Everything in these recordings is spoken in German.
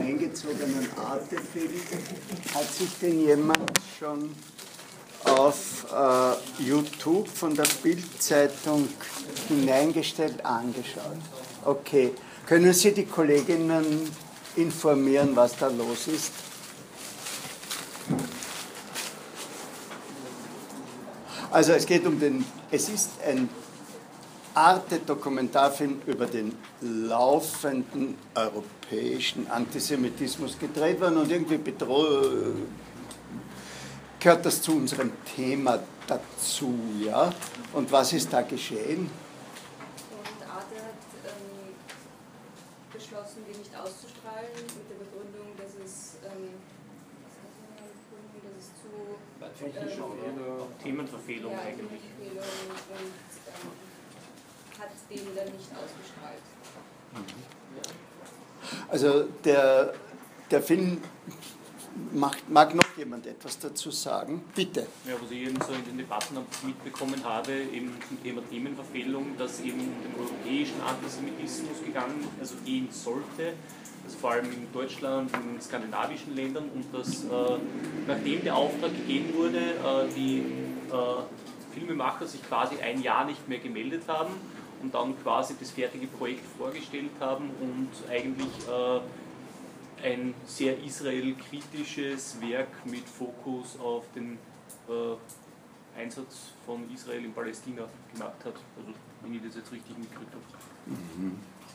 eingezogenen Arte-Film. Hat sich denn jemand schon auf YouTube von der Bild-Zeitung hineingestellt angeschaut? Okay. Können Sie die Kolleginnen informieren, was da los ist? Also es geht es ist ein Arte-Dokumentarfilm über den laufenden europäischen Antisemitismus gedreht worden und irgendwie gehört das zu unserem Thema dazu, ja? Und was ist da geschehen? Und Arte hat beschlossen, die nicht auszustrahlen, mit der Begründung, dass es zu Themenverfehlung eigentlich. Und hat den dann nicht ausgestrahlt. Also der Film mag noch jemand etwas dazu sagen? Bitte. Ja, was ich eben so in den Debatten mitbekommen habe, eben zum Thema Themenverfehlung, dass eben den europäischen Antisemitismus gehen sollte, also vor allem in Deutschland, in den skandinavischen Ländern, und dass nachdem der Auftrag gegeben wurde, die Filmemacher sich quasi ein Jahr nicht mehr gemeldet haben und dann quasi das fertige Projekt vorgestellt haben und eigentlich ein sehr israel-kritisches Werk mit Fokus auf den Einsatz von Israel in Palästina gemacht hat. Also, wenn ich das jetzt richtig mitgekriegt habe.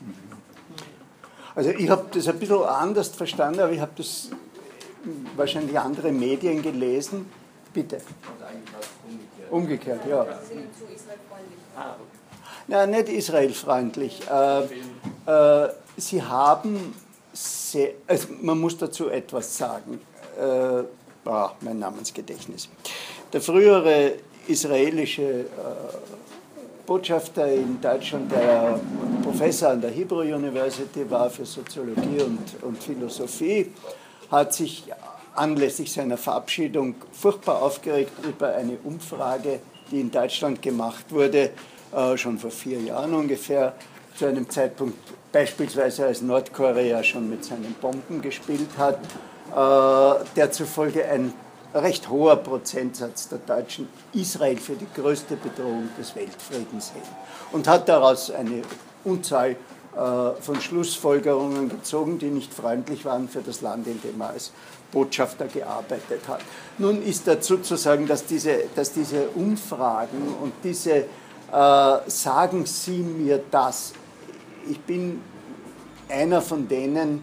Also ich habe das ein bisschen anders verstanden, aber ich habe das wahrscheinlich andere Medien gelesen. Bitte. Also eigentlich war es umgekehrt, ja. Sie sind zu israelfreundlich. Okay. Nein, nicht israelfreundlich. Sie haben also man muss dazu etwas sagen. Mein Namensgedächtnis. Der frühere israelische Botschafter in Deutschland, der Professor an der Hebrew University war für Soziologie und Philosophie, hat sich anlässlich seiner Verabschiedung furchtbar aufgeregt über eine Umfrage, die in Deutschland gemacht wurde, schon vor 4 Jahren ungefähr, zu einem Zeitpunkt beispielsweise als Nordkorea schon mit seinen Bomben gespielt hat, der zufolge ein recht hoher Prozentsatz der Deutschen Israel für die größte Bedrohung des Weltfriedens hält. Und hat daraus eine Unzahl von Schlussfolgerungen gezogen, die nicht freundlich waren für das Land, in dem er als Botschafter gearbeitet hat. Nun ist dazu zu sagen, dass diese Umfragen und diese sagen Sie mir das. Ich bin einer von denen,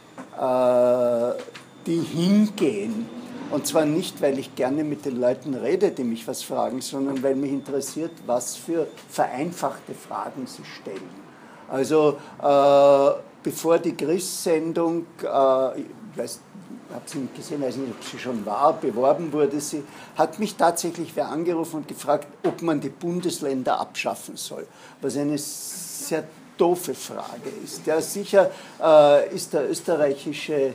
die hingehen. Und zwar nicht, weil ich gerne mit den Leuten rede, die mich was fragen, sondern weil mich interessiert, was für vereinfachte Fragen sie stellen. Also bevor die Chris-Sendung, ich habe sie nicht gesehen, weiß nicht, ob sie schon war, beworben wurde sie, hat mich tatsächlich wer angerufen und gefragt, ob man die Bundesländer abschaffen soll. Was eine sehr doofe Frage ist. Ja, sicher ist der österreichische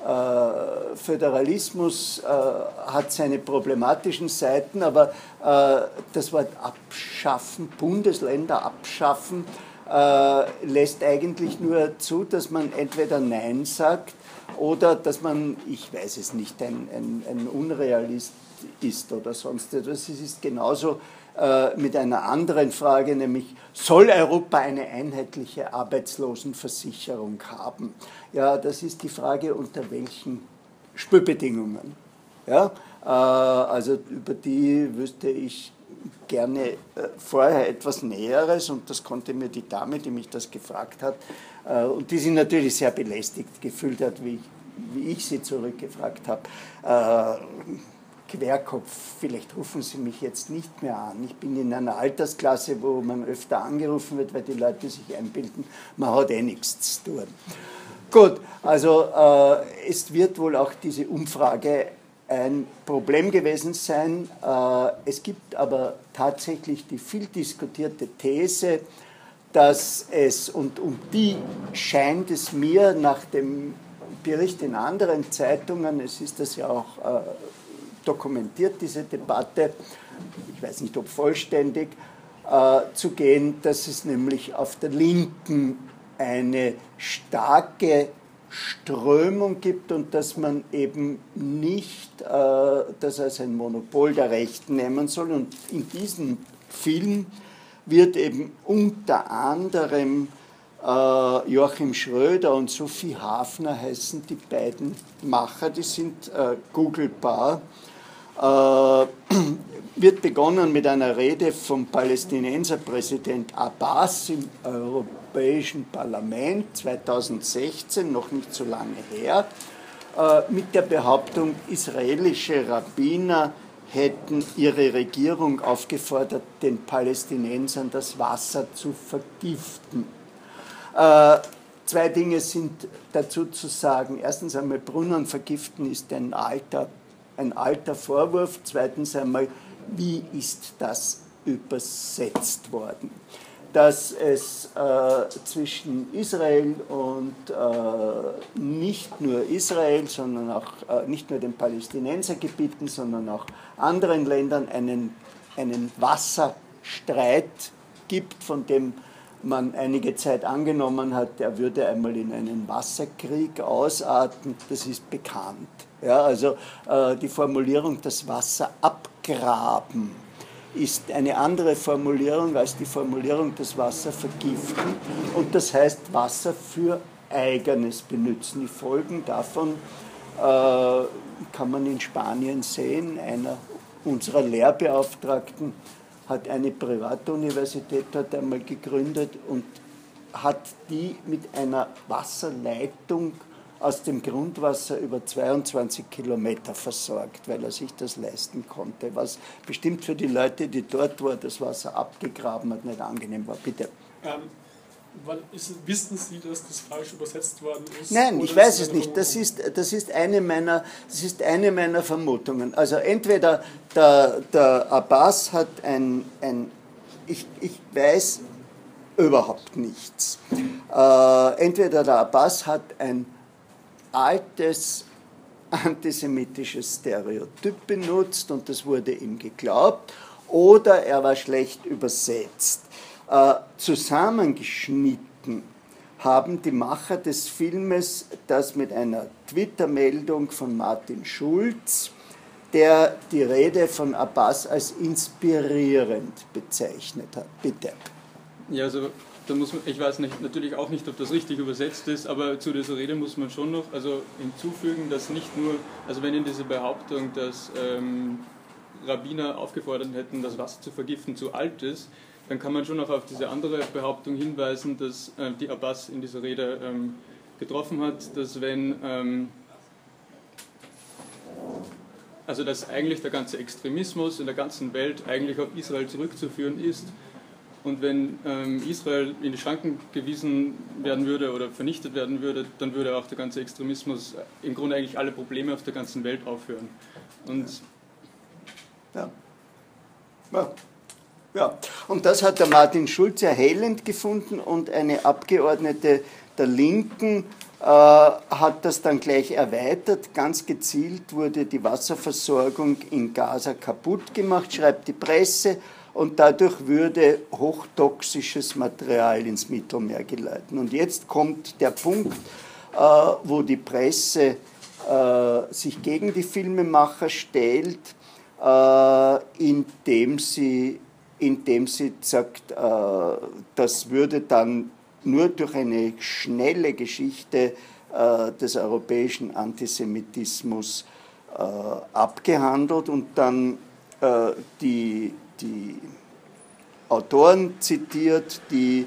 Föderalismus hat seine problematischen Seiten, aber das Wort abschaffen, Bundesländer abschaffen, lässt eigentlich nur zu, dass man entweder Nein sagt oder dass man, ich weiß es nicht, ein Unrealist ist oder sonst etwas. Es ist genauso mit einer anderen Frage, nämlich soll Europa eine einheitliche Arbeitslosenversicherung haben? Ja, das ist die Frage, unter welchen Spielbedingungen. Ja, also über die wüsste ich gerne vorher etwas Näheres und das konnte mir die Dame, die mich das gefragt hat, und die sich natürlich sehr belästigt gefühlt hat, wie ich sie zurückgefragt habe, Querkopf, vielleicht rufen Sie mich jetzt nicht mehr an. Ich bin in einer Altersklasse, wo man öfter angerufen wird, weil die Leute sich einbilden, man hat nichts zu tun. Gut, also es wird wohl auch diese Umfrage ein Problem gewesen sein. Es gibt aber tatsächlich die viel diskutierte These, dass es, und um die scheint es mir nach dem Bericht in anderen Zeitungen, es ist das ja auch dokumentiert, diese Debatte, ich weiß nicht, ob vollständig, zu gehen, dass es nämlich auf der Linken eine starke Strömung gibt und dass man eben nicht das als ein Monopol der Rechten nehmen soll. Und in diesem Film wird eben unter anderem Joachim Schröder und Sophie Hafner heißen die beiden Macher, die sind googelbar. Wird begonnen mit einer Rede vom Palästinenserpräsident Abbas im Europäischen Parlament 2016, noch nicht so lange her, mit der Behauptung, israelische Rabbiner hätten ihre Regierung aufgefordert, den Palästinensern das Wasser zu vergiften. Zwei Dinge sind dazu zu sagen. Erstens einmal, Brunnen vergiften ist ein alter Vorwurf. Zweitens einmal, wie ist das übersetzt worden? Dass es zwischen Israel und nicht nur Israel, sondern auch nicht nur den Palästinensergebieten, sondern auch anderen Ländern einen Wasserstreit gibt, von dem man einige Zeit angenommen hat, er würde einmal in einen Wasserkrieg ausarten, das ist bekannt. Ja, also die Formulierung, das Wasser abgraben, ist eine andere Formulierung als die Formulierung, das Wasser vergiften. Und das heißt, Wasser für Eigenes benutzen. Die Folgen davon kann man in Spanien sehen. Einer unserer Lehrbeauftragten hat eine Privatuniversität dort einmal gegründet und hat die mit einer Wasserleitung aus dem Grundwasser über 22 Kilometer versorgt, weil er sich das leisten konnte, was bestimmt für die Leute, die dort, wo er das Wasser abgegraben hat, nicht angenehm war. Bitte. Wissen Sie, dass das falsch übersetzt worden ist? Nein, ich weiß es nicht. Das ist eine meiner Vermutungen. Also entweder der Abbas hat ich weiß überhaupt nichts. Entweder der Abbas hat ein altes antisemitisches Stereotyp benutzt und das wurde ihm geglaubt, oder er war schlecht übersetzt. Zusammengeschnitten haben die Macher des Filmes das mit einer Twitter-Meldung von Martin Schulz, der die Rede von Abbas als inspirierend bezeichnet hat. Bitte. Ja, also da muss man, ich weiß natürlich auch nicht, ob das richtig übersetzt ist, aber zu dieser Rede muss man schon noch hinzufügen, dass nicht nur, also wenn in dieser Behauptung, dass Rabbiner aufgefordert hätten, das Wasser zu vergiften, zu alt ist, dann kann man schon auch auf diese andere Behauptung hinweisen, dass die Abbas in dieser Rede getroffen hat, dass dass eigentlich der ganze Extremismus in der ganzen Welt eigentlich auf Israel zurückzuführen ist. Und wenn Israel in die Schranken gewiesen werden würde oder vernichtet werden würde, dann würde auch der ganze Extremismus, im Grunde eigentlich alle Probleme auf der ganzen Welt aufhören. Und ja, und das hat der Martin Schulz erhellend gefunden und eine Abgeordnete der Linken hat das dann gleich erweitert. Ganz gezielt wurde die Wasserversorgung in Gaza kaputt gemacht, schreibt die Presse, und dadurch würde hochtoxisches Material ins Mittelmeer geleiten. Und jetzt kommt der Punkt, wo die Presse sich gegen die Filmemacher stellt, indem sie sagt, das würde dann nur durch eine schnelle Geschichte des europäischen Antisemitismus abgehandelt und dann die Autoren zitiert, die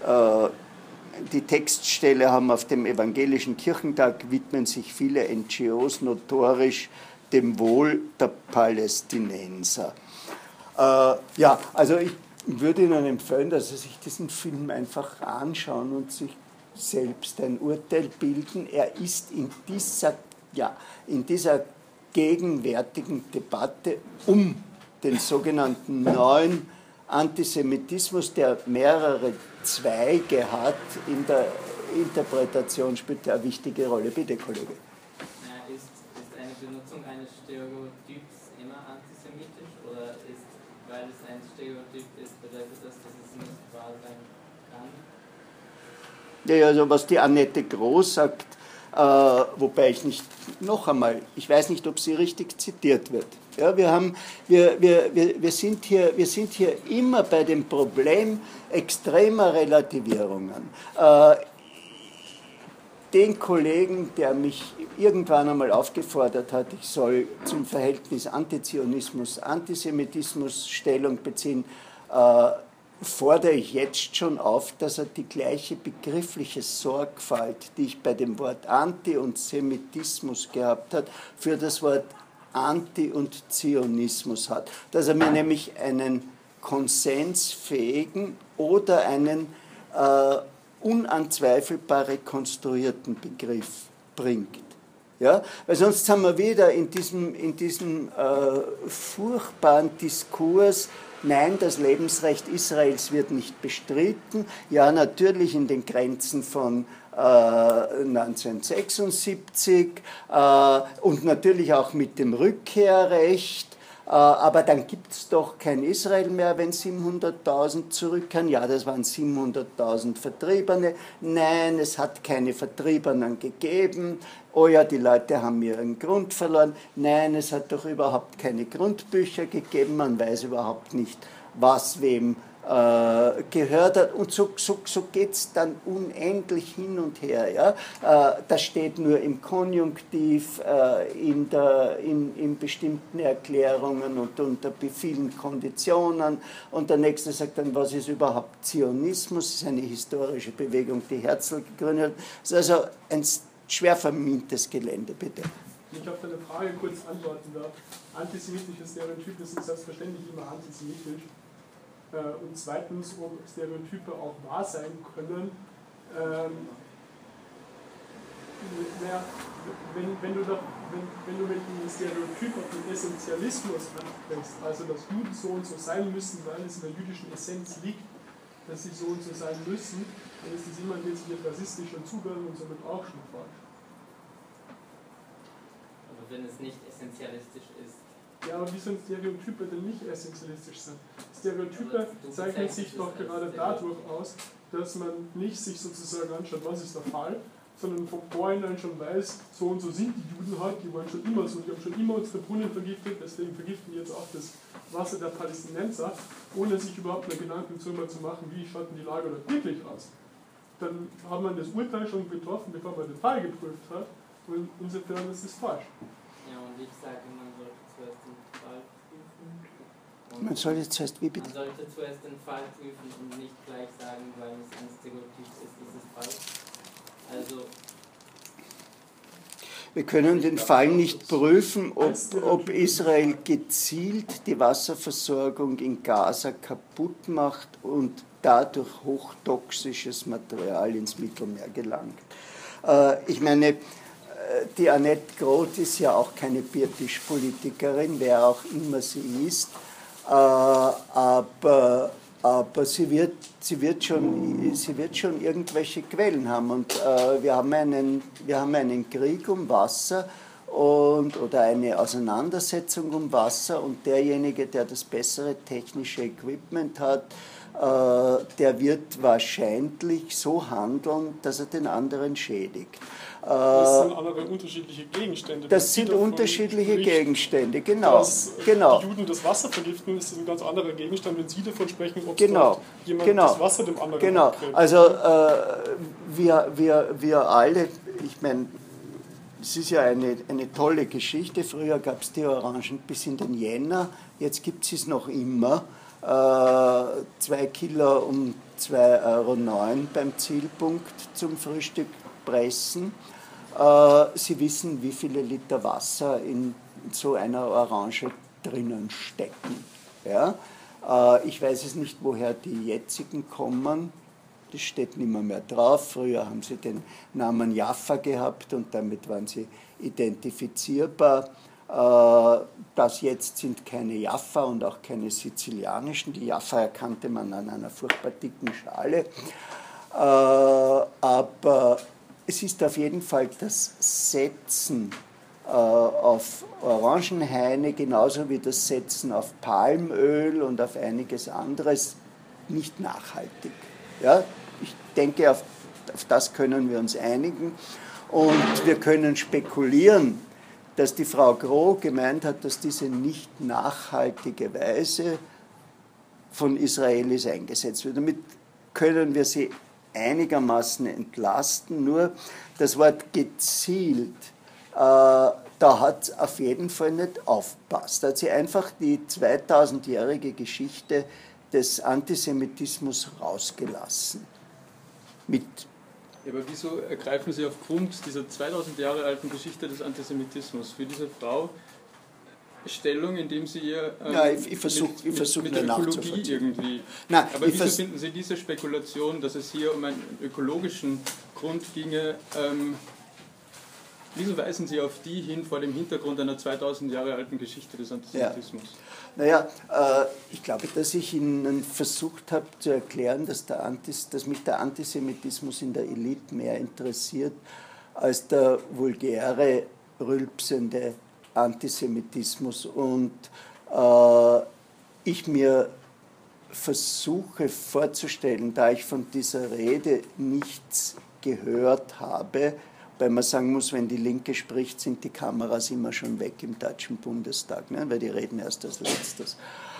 Textstelle haben auf dem Evangelischen Kirchentag, widmen sich viele NGOs notorisch dem Wohl der Palästinenser. Ja, also ich würde Ihnen empfehlen, dass Sie sich diesen Film einfach anschauen und sich selbst ein Urteil bilden. Er ist in dieser gegenwärtigen Debatte um den sogenannten neuen Antisemitismus, der mehrere Zweige hat, in der Interpretation spielt er eine wichtige Rolle. Bitte, Kollege. Ist eine Benutzung eines Stereotyps immer antisemitisch oder ist, weil es ein Stereotyp ist, bedeutet das, dass es nicht wahr sein kann? Ja, also was die Annette Groß sagt, wobei ich weiß nicht, ob sie richtig zitiert wird. Ja, wir sind hier immer bei dem Problem extremer Relativierungen. Den Kollegen, der mich irgendwann einmal aufgefordert hat, ich soll zum Verhältnis Antizionismus, Antisemitismus Stellung beziehen, fordere ich jetzt schon auf, dass er die gleiche begriffliche Sorgfalt, die ich bei dem Wort Anti und Semitismus gehabt hat, für das Wort Anti und Zionismus hat. Dass er mir nämlich einen konsensfähigen oder einen unanzweifelbar rekonstruierten Begriff bringt. Ja? Weil sonst sind wir wieder in diesem furchtbaren Diskurs, nein, das Lebensrecht Israels wird nicht bestritten, ja, natürlich in den Grenzen von 1976 und natürlich auch mit dem Rückkehrrecht, aber dann gibt es doch kein Israel mehr, wenn 700.000 zurückkehren. Ja, das waren 700.000 Vertriebene. Nein, es hat keine Vertriebenen gegeben. Oh ja, die Leute haben ihren Grund verloren. Nein, es hat doch überhaupt keine Grundbücher gegeben. Man weiß überhaupt nicht, was wem gehört hat. Und so geht es dann unendlich hin und her. Ja? Das steht nur im Konjunktiv, in bestimmten Erklärungen und unter vielen Konditionen. Und der Nächste sagt dann, was ist überhaupt Zionismus? Das ist eine historische Bewegung, die Herzl gegründet hat. Das ist also ein schwer vermintes Gelände, bitte. Ich auf deine Frage kurz antworten darf. Antisemitische Stereotype sind selbstverständlich immer antisemitisch. Und zweitens, ob Stereotype auch wahr sein können. Wenn du mit dem Stereotyp auf den Essentialismus ansprichst, also dass Juden so und so sein müssen, weil es in der jüdischen Essenz liegt, dass sie so und so sein müssen, dann ist das immer dezidiert rassistischer Zugang und somit auch schon falsch. Aber wenn es nicht essentialistisch ist. Ja, aber wie sollen Stereotype denn nicht essentialistisch sein? Stereotype zeichnen sich doch gerade dadurch aus, dass man nicht sich sozusagen anschaut, was ist der Fall, sondern von vornherein schon weiß, so und so sind die Juden halt, die waren schon immer so, die haben schon immer unsere Brunnen vergiftet, deswegen vergiften die jetzt auch das Wasser der Palästinenser, ohne sich überhaupt mehr Gedanken zu machen, wie schaut denn die Lage dort wirklich aus. Dann hat man das Urteil schon getroffen, bevor man den Fall geprüft hat, und insofern ist es falsch. Ja, und ich sage, man sollte zuerst den Fall prüfen. Man sollte zuerst wie bitte? Man sollte zuerst den Fall prüfen und nicht gleich sagen, weil es ein Stereotyp ist, ist es falsch. Also wir können den Fall nicht prüfen, ob Israel gezielt die Wasserversorgung in Gaza kaputt macht und dadurch hochtoxisches Material ins Mittelmeer gelangt. Ich meine, die Annette Groth ist ja auch keine Biertischpolitikerin, wer auch immer sie ist, aber sie wird schon irgendwelche Quellen haben. Und wir haben einen Krieg um Wasser oder eine Auseinandersetzung um Wasser, und derjenige, der das bessere technische Equipment hat, der wird wahrscheinlich so handeln, dass er den anderen schädigt. Das sind andere unterschiedliche Gegenstände. Das sind unterschiedliche Gegenstände, genau. Die Juden das Wasser vergiften, ist ein ganz anderer Gegenstand, wenn Sie davon sprechen, ob jemand das Wasser dem anderen abkriegt. Also wir alle, ich meine, es ist ja eine tolle Geschichte. Früher gab es die Orangen bis in den Jänner, jetzt gibt es noch immer. 2 Kilo um 2,09 € beim Zielpunkt zum Frühstück pressen. Sie wissen, wie viele Liter Wasser in so einer Orange drinnen stecken. Ja? Ich weiß es nicht, woher die jetzigen kommen. Das steht nicht mehr drauf. Früher haben sie den Namen Jaffa gehabt und damit waren sie identifizierbar. Das jetzt sind keine Jaffa und auch keine sizilianischen. Die Jaffa erkannte man an einer furchtbar dicken Schale. Aber es ist auf jeden Fall das Setzen auf Orangenhaine, genauso wie das Setzen auf Palmöl und auf einiges anderes, nicht nachhaltig. Ja? Ich denke, auf das können wir uns einigen. Und wir können spekulieren, dass die Frau Groh gemeint hat, dass diese nicht nachhaltige Weise von Israelis eingesetzt wird. Damit können wir sie einigermaßen entlasten, nur das Wort gezielt, da hat es auf jeden Fall nicht aufgepasst. Da hat sie einfach die 2000-jährige Geschichte des Antisemitismus rausgelassen. Aber wieso ergreifen Sie aufgrund dieser 2000 Jahre alten Geschichte des Antisemitismus für diese Frau Stellung, indem Sie ihr ich versuche mit der Ökologie irgendwie... Nein, aber wieso finden Sie diese Spekulation, dass es hier um einen ökologischen Grund ginge, wieso weisen Sie auf die hin vor dem Hintergrund einer 2000 Jahre alten Geschichte des Antisemitismus? Ja. Naja, ich glaube, dass ich Ihnen versucht habe zu erklären, dass mich der Antisemitismus in der Elite mehr interessiert als der vulgäre, rülpsende Antisemitismus. Und ich mir versuche vorzustellen, da ich von dieser Rede nichts gehört habe, weil man sagen muss, wenn die Linke spricht, sind die Kameras immer schon weg im Deutschen Bundestag, ne? Weil die reden erst als letztes.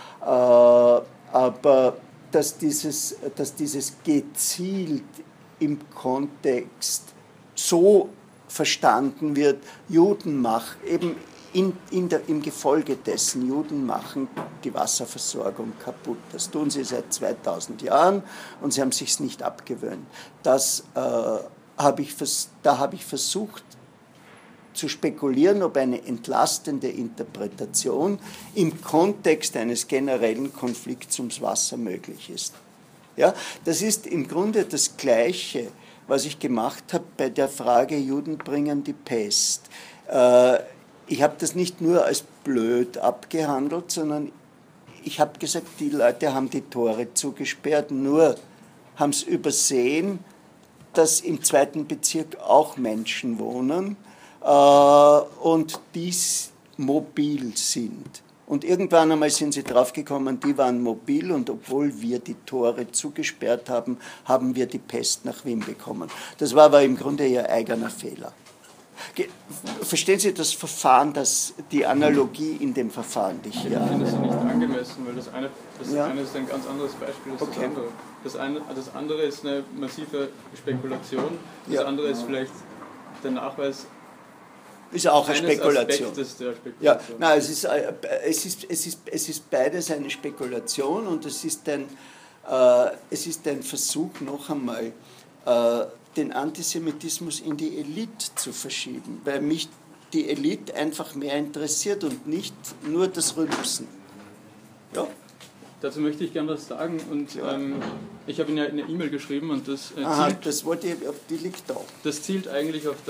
Aber dass dieses gezielt im Kontext so verstanden wird, Juden machen, eben im Gefolge dessen, Juden machen die Wasserversorgung kaputt. Das tun sie seit 2000 Jahren und sie haben es sich nicht abgewöhnt. Da habe ich versucht zu spekulieren, ob eine entlastende Interpretation im Kontext eines generellen Konflikts ums Wasser möglich ist. Ja, das ist im Grunde das Gleiche, was ich gemacht habe bei der Frage, Juden bringen die Pest. Ich habe das nicht nur als blöd abgehandelt, sondern ich habe gesagt, die Leute haben die Tore zugesperrt, nur haben es übersehen, dass im 2. Bezirk auch Menschen wohnen und dies mobil sind. Und irgendwann einmal sind sie draufgekommen, die waren mobil und obwohl wir die Tore zugesperrt haben, haben wir die Pest nach Wien bekommen. Das war aber im Grunde ihr eigener Fehler. Verstehen Sie das Verfahren, die Analogie in dem Verfahren, die ich hier habe? Ich finde das nicht angemessen, weil das eine ist ein ganz anderes Beispiel als das andere. Das andere ist eine massive Spekulation, das andere ist vielleicht der Nachweis ist auch eine Spekulation. Aspektes der Spekulation. Ja, nein, es ist beides eine Spekulation und es ist ein Versuch, noch einmal den Antisemitismus in die Elite zu verschieben, weil mich die Elite einfach mehr interessiert und nicht nur das Rülpsen. Ja. Dazu möchte ich gerne was sagen und ich habe Ihnen ja eine E-Mail geschrieben und das das wollte ich, die liegt da. Das zielt eigentlich auf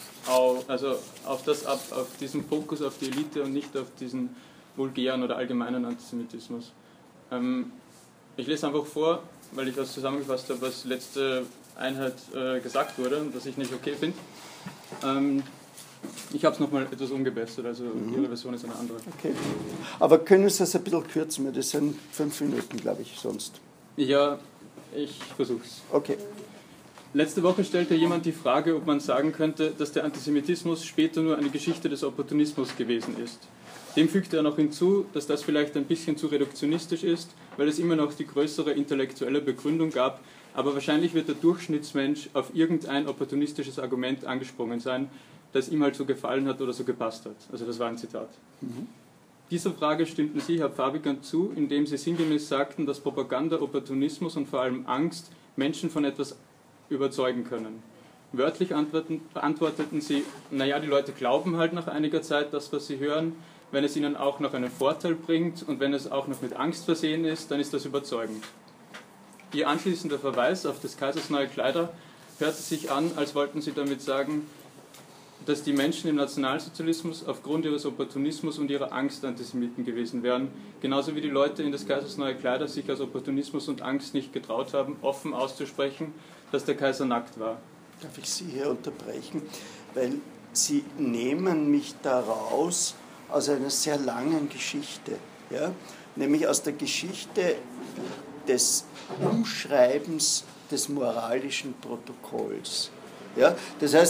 diesen Fokus auf die Elite und nicht auf diesen vulgären oder allgemeinen Antisemitismus. Ich lese einfach vor, weil ich was zusammengefasst habe, was letzte Einheit gesagt wurde und das ich nicht okay finde. Ich habe es nochmal etwas umgebessert, also Ihre Version ist eine andere. Okay. Aber können Sie das ein bisschen kürzen? Weil das sind 5 Minuten, glaube ich, sonst. Ja, ich versuche es. Okay. Letzte Woche stellte jemand die Frage, ob man sagen könnte, dass der Antisemitismus später nur eine Geschichte des Opportunismus gewesen ist. Dem fügte er noch hinzu, dass das vielleicht ein bisschen zu reduktionistisch ist, weil es immer noch die größere intellektuelle Begründung gab, aber wahrscheinlich wird der Durchschnittsmensch auf irgendein opportunistisches Argument angesprungen sein, das ihm halt so gefallen hat oder so gepasst hat. Also das war ein Zitat. Dieser Frage stimmten Sie, Herr Fabigan, zu, indem Sie sinngemäß sagten, dass Propaganda, Opportunismus und vor allem Angst Menschen von etwas überzeugen können. Wörtlich antworteten Sie, naja, die Leute glauben halt nach einiger Zeit das, was sie hören. Wenn es ihnen auch noch einen Vorteil bringt und wenn es auch noch mit Angst versehen ist, dann ist das überzeugend. Ihr anschließender Verweis auf des Kaisers neue Kleider hörte sich an, als wollten Sie damit sagen, dass die Menschen im Nationalsozialismus aufgrund ihres Opportunismus und ihrer Angst Antisemiten gewesen wären, genauso wie die Leute in des Kaisers neue Kleider sich aus Opportunismus und Angst nicht getraut haben, offen auszusprechen, dass der Kaiser nackt war. Darf ich Sie hier unterbrechen? Weil Sie nehmen mich da raus aus einer sehr langen Geschichte, ja? Nämlich aus der Geschichte des Umschreibens des moralischen Protokolls. Ja? Das heißt,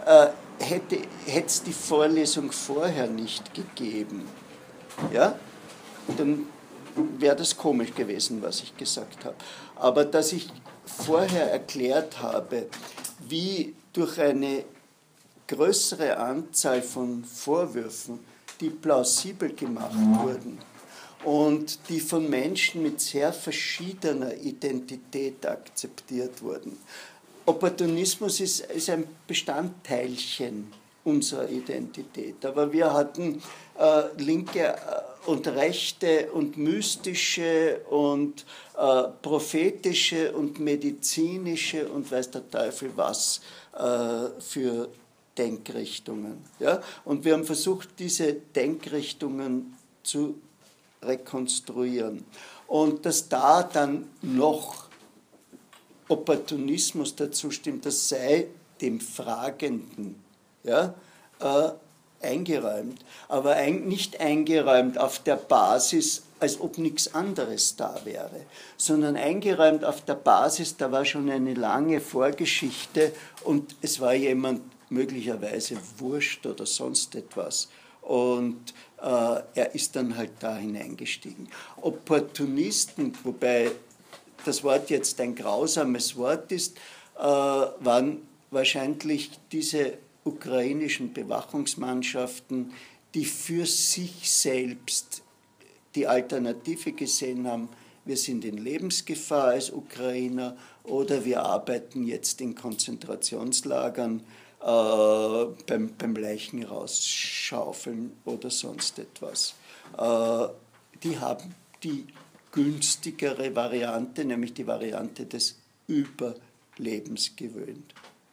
hätte es die Vorlesung vorher nicht gegeben, ja, dann wäre das komisch gewesen, was ich gesagt habe. Aber dass ich vorher erklärt habe, wie durch eine größere Anzahl von Vorwürfen, die plausibel gemacht wurden und die von Menschen mit sehr verschiedener Identität akzeptiert wurden. Opportunismus ist ein Bestandteilchen unserer Identität, aber wir hatten linke und rechte und mystische und prophetische und medizinische und weiß der Teufel was für Denkrichtungen. Ja? Und wir haben versucht, diese Denkrichtungen zu rekonstruieren. Und dass da dann noch Opportunismus dazu stimmt, das sei dem Fragenden, ja, eingeräumt. Aber nicht eingeräumt auf der Basis, als ob nichts anderes da wäre, sondern eingeräumt auf der Basis, da war schon eine lange Vorgeschichte und es war jemand möglicherweise wurscht oder sonst etwas. Und er ist dann halt da hineingestiegen. Opportunisten, wobei das Wort jetzt ein grausames Wort ist, waren wahrscheinlich diese ukrainischen Bewachungsmannschaften, die für sich selbst die Alternative gesehen haben, wir sind in Lebensgefahr als Ukrainer oder wir arbeiten jetzt in Konzentrationslagern beim Leichen rausschaufeln oder sonst etwas. Die haben die günstigere Variante, nämlich die Variante des Überlebens gewöhnt.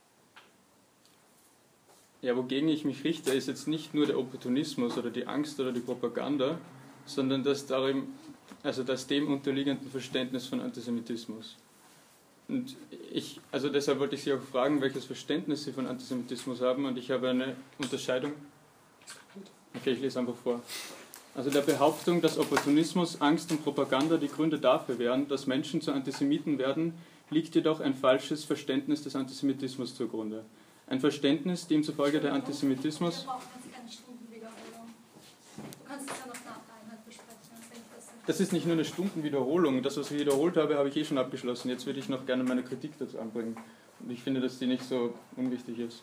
Ja, wogegen ich mich richte, ist jetzt nicht nur der Opportunismus oder die Angst oder die Propaganda, sondern das dem unterliegenden Verständnis von Antisemitismus. Und deshalb wollte ich Sie auch fragen, welches Verständnis Sie von Antisemitismus haben, und ich habe eine Unterscheidung. Okay, ich lese einfach vor. Also der Behauptung, dass Opportunismus, Angst und Propaganda die Gründe dafür wären, dass Menschen zu Antisemiten werden, liegt jedoch ein falsches Verständnis des Antisemitismus zugrunde. Ein Verständnis, demzufolge der Antisemitismus... Wir brauchen jetzt keine Stundenwiederholung. Du kannst es ja noch nach der Einheit besprechen. Das ist nicht nur eine Stundenwiederholung. Das, was ich wiederholt habe, habe ich eh schon abgeschlossen. Jetzt würde ich noch gerne meine Kritik dazu anbringen. Und ich finde, dass die nicht so unwichtig ist.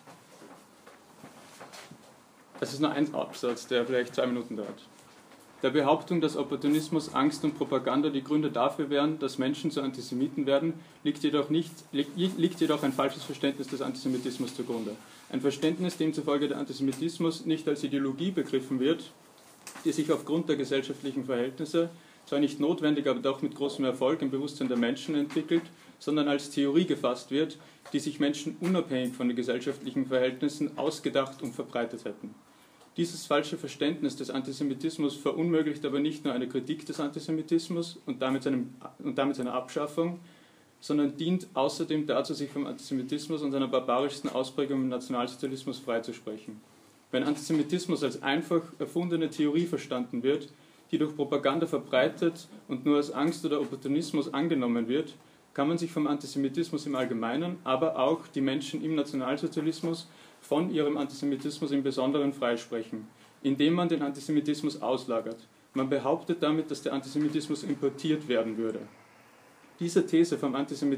Es ist nur ein Absatz, der vielleicht 2 Minuten dauert. Der Behauptung, dass Opportunismus, Angst und Propaganda die Gründe dafür wären, dass Menschen zu Antisemiten werden, liegt jedoch ein falsches Verständnis des Antisemitismus zugrunde. Ein Verständnis, demzufolge der Antisemitismus nicht als Ideologie begriffen wird, die sich aufgrund der gesellschaftlichen Verhältnisse, zwar nicht notwendig, aber doch mit großem Erfolg im Bewusstsein der Menschen entwickelt, sondern als Theorie gefasst wird, die sich Menschen unabhängig von den gesellschaftlichen Verhältnissen ausgedacht und verbreitet hätten. Dieses falsche Verständnis des Antisemitismus verunmöglicht aber nicht nur eine Kritik des Antisemitismus und damit seiner Abschaffung, sondern dient außerdem dazu, sich vom Antisemitismus und seiner barbarischsten Ausprägung im Nationalsozialismus freizusprechen. Wenn Antisemitismus als einfach erfundene Theorie verstanden wird, die durch Propaganda verbreitet und nur als Angst oder Opportunismus angenommen wird, kann man sich vom Antisemitismus im Allgemeinen, aber auch die Menschen im Nationalsozialismus von ihrem Antisemitismus im Besonderen freisprechen, indem man den Antisemitismus auslagert. Man behauptet damit, dass der Antisemitismus importiert werden würde. Diese These vom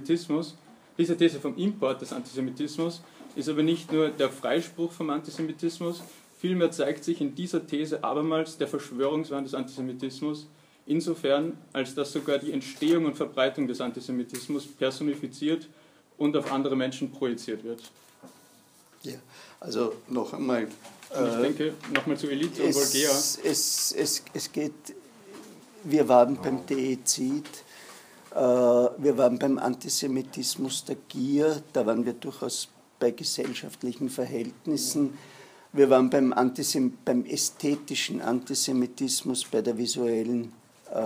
Import des Antisemitismus ist aber nicht nur der Freispruch vom Antisemitismus, vielmehr zeigt sich in dieser These abermals der Verschwörungswahn des Antisemitismus, insofern, als dass sogar die Entstehung und Verbreitung des Antisemitismus personifiziert und auf andere Menschen projiziert wird. Ja, also noch einmal. Ich denke, nochmal zu Elite und Vulgär. Es geht, wir waren beim Deizid, wir waren beim Antisemitismus der Gier, da waren wir durchaus bei gesellschaftlichen Verhältnissen. Wir waren beim ästhetischen Antisemitismus, bei der visuellen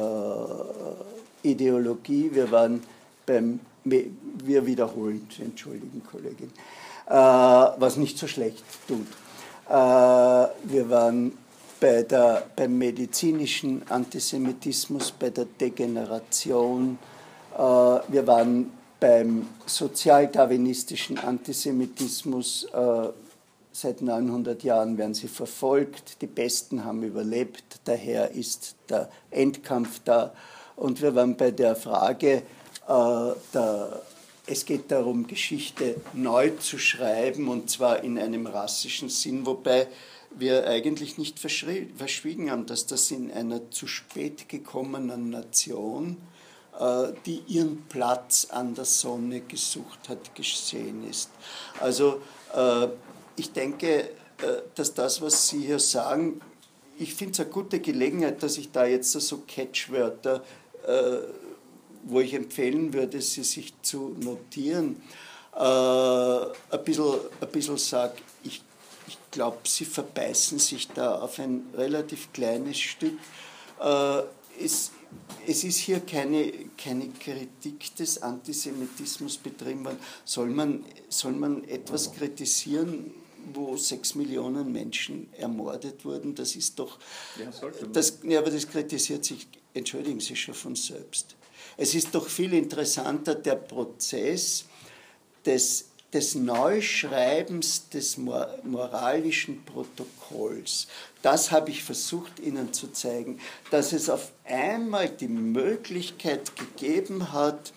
Ideologie. Wir waren wir wiederholen, entschuldigen, Kollegin, was nicht so schlecht tut. Wir waren beim medizinischen Antisemitismus, bei der Degeneration. Wir waren beim sozialdarwinistischen Antisemitismus, seit 900 Jahren werden sie verfolgt, die Besten haben überlebt, daher ist der Endkampf da. Und wir waren bei der Frage, es geht darum, Geschichte neu zu schreiben, und zwar in einem rassischen Sinn, wobei wir eigentlich nicht verschwiegen haben, dass das in einer zu spät gekommenen Nation, die ihren Platz an der Sonne gesucht hat, geschehen ist. Also ich denke, dass das, was Sie hier sagen, ich finde es eine gute Gelegenheit, dass ich da jetzt so Catchwörter, wo ich empfehlen würde, sie sich zu notieren, ein bisschen sage, ich glaube, Sie verbeißen sich da auf ein relativ kleines Stück. Es ist hier keine Kritik des Antisemitismus betrieben worden. Soll man etwas kritisieren, wo 6 Millionen Menschen ermordet wurden? Das ist doch... Ja, sollte man. Aber das kritisiert sich, entschuldigen Sie, schon von selbst. Es ist doch viel interessanter der Prozess des Neuschreibens des moralischen Protokolls. Das habe ich versucht, Ihnen zu zeigen, dass es auf einmal die Möglichkeit gegeben hat,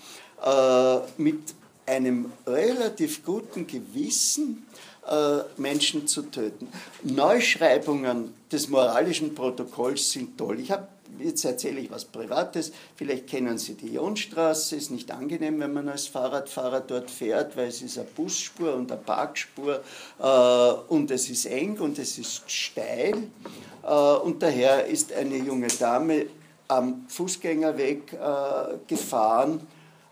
mit einem relativ guten Gewissen Menschen zu töten. Neuschreibungen des moralischen Protokolls sind toll. Jetzt erzähle ich was Privates. Vielleicht kennen Sie die Jonstraße. Ist nicht angenehm, wenn man als Fahrradfahrer dort fährt, weil es ist eine Busspur und eine Parkspur und es ist eng und es ist steil. Und daher ist eine junge Dame am Fußgängerweg gefahren,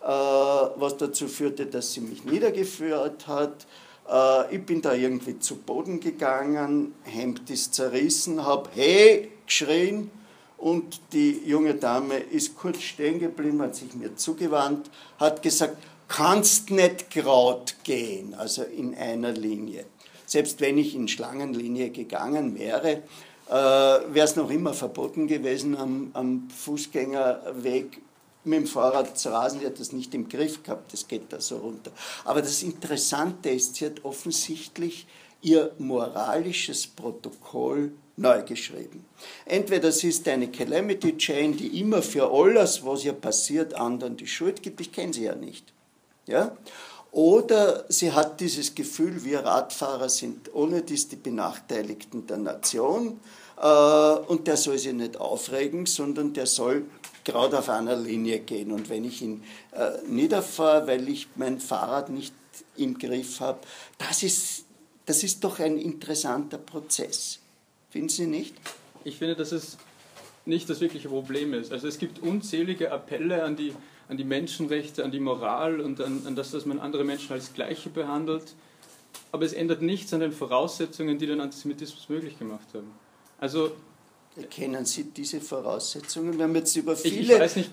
was dazu führte, dass sie mich niedergeführt hat. Ich bin da irgendwie zu Boden gegangen, Hemd ist zerrissen, habe hey geschrien. Und die junge Dame ist kurz stehen geblieben, hat sich mir zugewandt, hat gesagt, kannst nicht gerade gehen, also in einer Linie. Selbst wenn ich in Schlangenlinie gegangen wäre, wäre es noch immer verboten gewesen, am Fußgängerweg mit dem Fahrrad zu rasen. Sie hat das nicht im Griff gehabt, das geht da so runter. Aber das Interessante ist, sie hat offensichtlich ihr moralisches Protokoll neu geschrieben. Entweder sie ist eine Calamity Jane, die immer für alles, was ihr passiert, anderen die Schuld gibt, ich kenne sie ja nicht. Ja? Oder sie hat dieses Gefühl, wir Radfahrer sind ohne dies die Benachteiligten der Nation, und der soll sich nicht aufregen, sondern der soll gerade auf einer Linie gehen. Und wenn ich ihn niederfahre, weil ich mein Fahrrad nicht im Griff habe, das ist doch ein interessanter Prozess. Finden Sie nicht? Ich finde, dass es nicht das wirkliche Problem ist. Also es gibt unzählige Appelle an die Menschenrechte, an die Moral und an das, dass man andere Menschen als Gleiche behandelt. Aber es ändert nichts an den Voraussetzungen, die den Antisemitismus möglich gemacht haben. Also kennen Sie diese Voraussetzungen? Wir haben jetzt über viele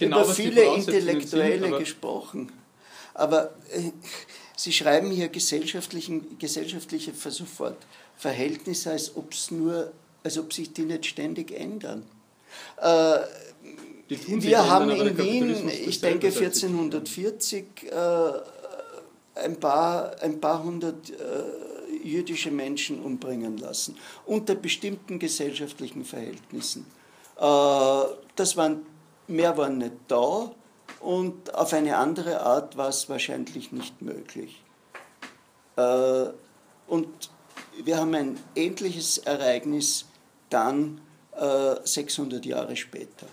Intellektuelle gesprochen. Aber Sie schreiben hier gesellschaftliche Verhältnisse, als ob sich die nicht ständig ändern. Wir haben in Wien, ich denke 1440, ein paar hundert jüdische Menschen umbringen lassen, unter bestimmten gesellschaftlichen Verhältnissen. Mehr waren nicht da, und auf eine andere Art war es wahrscheinlich nicht möglich. Und wir haben ein ähnliches Ereignis dann 600 Jahre später.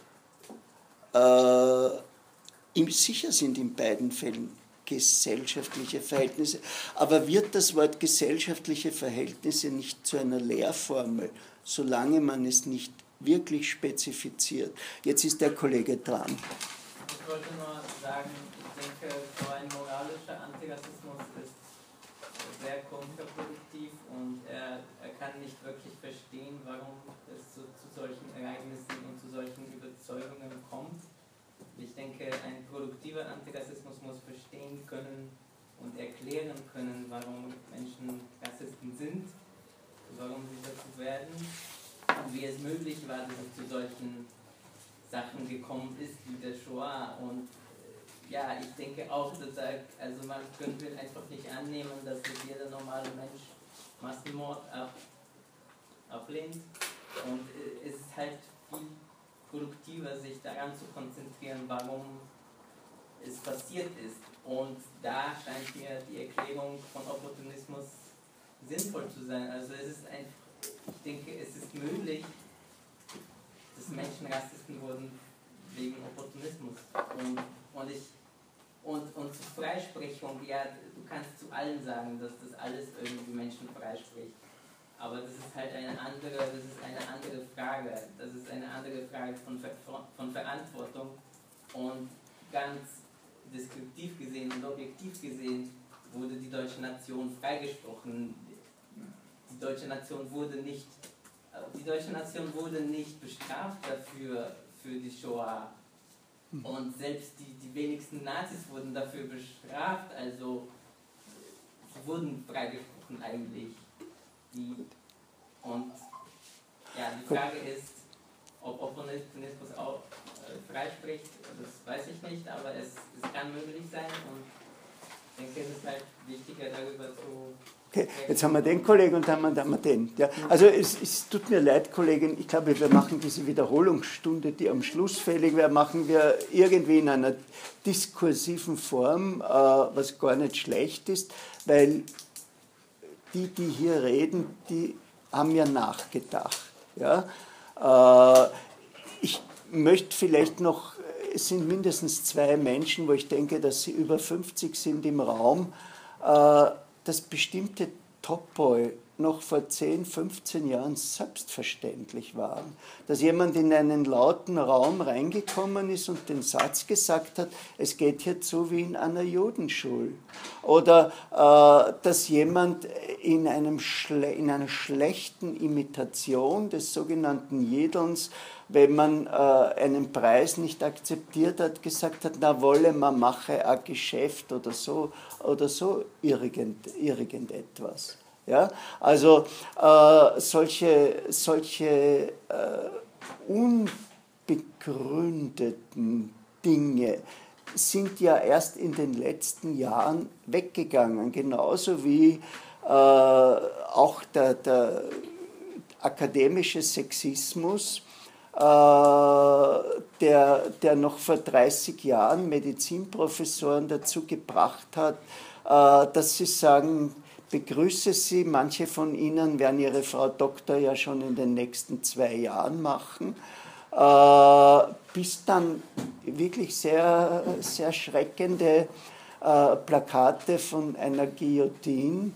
Sicher sind in beiden Fällen gesellschaftliche Verhältnisse, aber wird das Wort gesellschaftliche Verhältnisse nicht zu einer Lehrformel, solange man es nicht wirklich spezifiziert? Jetzt ist der Kollege dran. Ich wollte nur sagen, ich denke, so ein moralischer Antirassismus ist sehr kontraproduktiv und er kann nicht wirklich verstehen, warum es zu solchen Ereignissen und zu solchen Überzeugungen kommt. Ich denke, ein produktiver Antirassismus muss verstehen können und erklären können, warum Menschen Rassisten sind, warum sie dazu werden und wie es möglich war, dass es zu solchen Sachen gekommen ist wie der Shoah. Und ja, ich denke auch, dass man könnte einfach nicht annehmen, dass jeder normale Mensch Massenmord ablehnt. Und es ist halt viel produktiver, sich daran zu konzentrieren, warum es passiert ist. Und da scheint mir die Erklärung von Opportunismus sinnvoll zu sein. Also es ist ich denke, es ist möglich, dass Menschen Rassisten wurden wegen Opportunismus. Und zur Freisprechung, ja, du kannst zu allen sagen, dass das alles irgendwie Menschen freispricht. Aber das ist halt eine andere Frage. Das ist eine andere Frage von Verantwortung. Und ganz deskriptiv gesehen und objektiv gesehen wurde die deutsche Nation freigesprochen. Die deutsche Nation wurde nicht bestraft dafür, für die Shoah. Und selbst die wenigsten Nazis wurden dafür bestraft, also sie wurden freigesprochen eigentlich. Und ja, die Frage ist, ob Opportunismus auch freispricht, das weiß ich nicht, aber es kann möglich sein und ich denke, es ist halt wichtiger darüber zu... Okay, jetzt haben wir den Kollegen und dann haben wir den. Ja, also es tut mir leid, Kollegen, ich glaube, wir machen diese Wiederholungsstunde, die am Schluss fällig wäre, machen wir irgendwie in einer diskursiven Form, was gar nicht schlecht ist, weil die hier reden, die haben ja nachgedacht. Ja? Ich möchte vielleicht noch, es sind mindestens 2 Menschen, wo ich denke, dass sie über 50 sind im Raum, dass bestimmte Topoi noch vor 10, 15 Jahren selbstverständlich waren. Dass jemand in einen lauten Raum reingekommen ist und den Satz gesagt hat, es geht hier so wie in einer Judenschule. Oder dass jemand in einer schlechten Imitation des sogenannten Jedelns, wenn man einen Preis nicht akzeptiert hat, gesagt hat, na wolle, man mache ein Geschäft oder so irgendetwas. Ja? Also solche unbegründeten Dinge sind ja erst in den letzten Jahren weggegangen, genauso wie auch der akademische Sexismus, der noch vor 30 Jahren Medizinprofessoren dazu gebracht hat, dass sie sagen, begrüße Sie, manche von Ihnen werden Ihre Frau Doktor ja schon in den nächsten 2 Jahren machen, bis dann wirklich sehr, sehr schreckende Plakate von einer Guillotine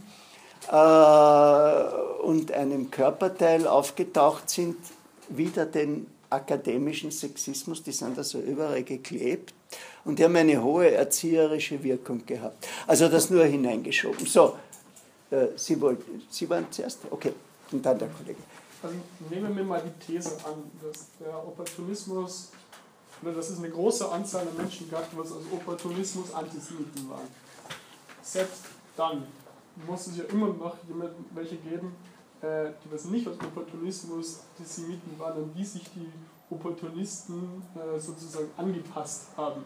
und einem Körperteil aufgetaucht sind, wieder den akademischen Sexismus, die sind da so überall geklebt und die haben eine hohe erzieherische Wirkung gehabt. Also das nur hineingeschoben. So, Sie waren zuerst? Okay, und dann der Kollege. Also nehmen wir mal die These an, dass der Opportunismus, oder dass es eine große Anzahl an Menschen gab, was als Opportunismus Antisemiten waren. Selbst dann muss es ja immer noch welche geben, die was nicht als Opportunismus Antisemiten waren, an die sich die Opportunisten sozusagen angepasst haben.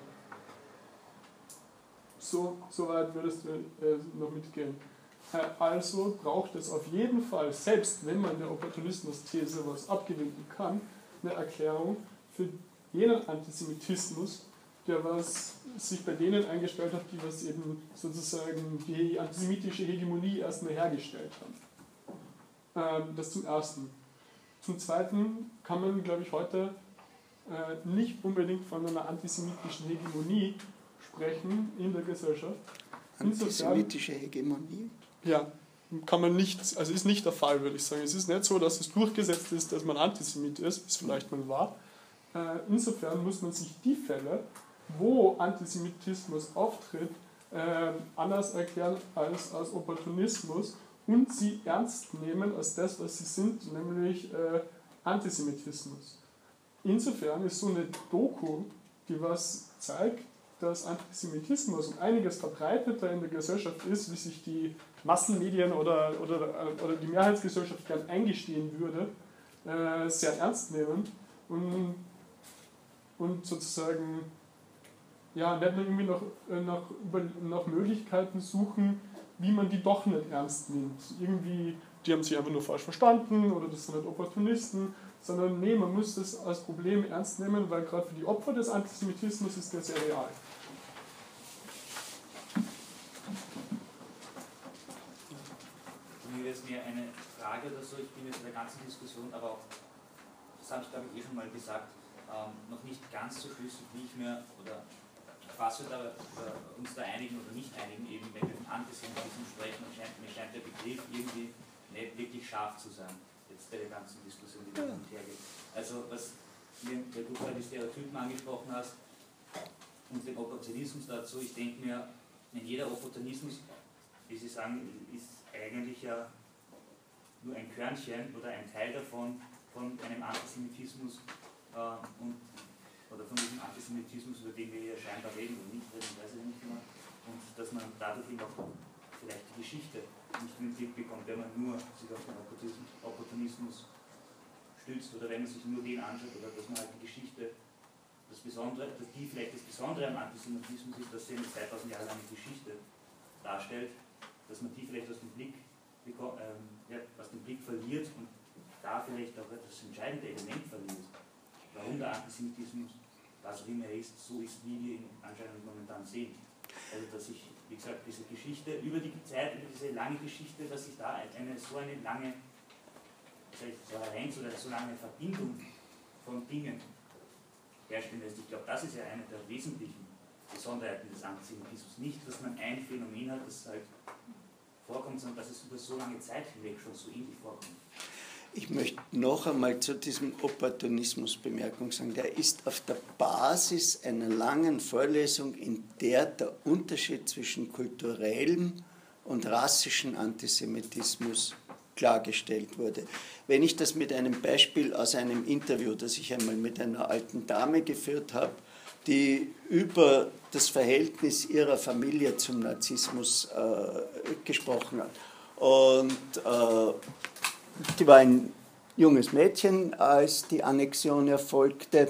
So weit würdest du noch mitgehen. Also braucht es auf jeden Fall, selbst wenn man der Opportunismus-These was abgewinnen kann, eine Erklärung für jenen Antisemitismus, der was sich bei denen eingestellt hat, die was eben sozusagen die antisemitische Hegemonie erstmal hergestellt haben. Das zum Ersten. Zum Zweiten kann man, glaube ich, heute nicht unbedingt von einer antisemitischen Hegemonie sprechen in der Gesellschaft. Antisemitische Hegemonie? Ja, kann man nicht, also ist nicht der Fall, würde ich sagen. Es ist nicht so, dass es durchgesetzt ist, dass man Antisemit ist vielleicht mal wahr. Insofern muss man sich die Fälle, wo Antisemitismus auftritt, anders erklären als Opportunismus und sie ernst nehmen als das, was sie sind, nämlich Antisemitismus. Insofern ist so eine Doku, die was zeigt, dass Antisemitismus um einiges verbreiteter in der Gesellschaft ist, wie sich die Massenmedien oder die Mehrheitsgesellschaft gern eingestehen würde, sehr ernst nehmen und sozusagen ja, nicht nur irgendwie nach Möglichkeiten suchen, wie man die doch nicht ernst nimmt. Irgendwie die haben sich einfach nur falsch verstanden oder das sind halt Opportunisten, sondern nee, man muss das als Problem ernst nehmen, weil gerade für die Opfer des Antisemitismus ist der sehr real. Mir wäre es mehr eine Frage oder so, ich bin jetzt in der ganzen Diskussion, aber auch, das habe ich glaube ich schon mal gesagt, noch nicht ganz so schlüssig, wie ich mir, oder was wir da, uns da einigen oder nicht einigen, eben wenn wir von Antisemitismus sprechen, mir scheint der Begriff irgendwie nicht wirklich scharf zu sein, jetzt bei der ganzen Diskussion, die da hin und her geht. Also, was du gerade die Stereotypen angesprochen hast und den Opportunismus dazu, ich denke mir, wenn jeder Opportunismus, wie Sie sagen, ist eigentlich ja nur ein Körnchen oder ein Teil davon, von einem Antisemitismus oder von diesem Antisemitismus, über den wir hier scheinbar reden oder nicht reden, weiß ich nicht genau, und dass man dadurch eben auch vielleicht die Geschichte nicht in den Blick bekommt, wenn man nur sich auf den Opportunismus stützt oder wenn man sich nur den anschaut oder dass man halt die Geschichte, das Besondere, dass die vielleicht das Besondere am Antisemitismus ist, dass sie eine 2000 Jahre lange Geschichte darstellt, dass man die vielleicht aus dem Blick verliert und da vielleicht auch das entscheidende Element verliert, warum der Antisemitismus, was auch immer er ist, so ist, wie wir ihn anscheinend momentan sehen. Also dass sich, wie gesagt, diese Geschichte über die Zeit, über diese lange Geschichte, dass sich da so eine lange Kohärenz oder so lange Verbindung von Dingen herstellen lässt. Ich glaube, das ist ja eine der wesentlichen Besonderheiten des Antisemitismus. Nicht, dass man ein Phänomen hat, das halt vorkommt, sondern dass es über so lange Zeit hinweg schon so ähnlich vorkommt. Ich möchte noch einmal zu diesem Opportunismus Bemerkung sagen. Der ist auf der Basis einer langen Vorlesung, in der der Unterschied zwischen kulturellem und rassischem Antisemitismus klargestellt wurde. Wenn ich das mit einem Beispiel aus einem Interview, das ich einmal mit einer alten Dame geführt habe, die über das Verhältnis ihrer Familie zum Narzissmus gesprochen hat. Und die war ein junges Mädchen, als die Annexion erfolgte.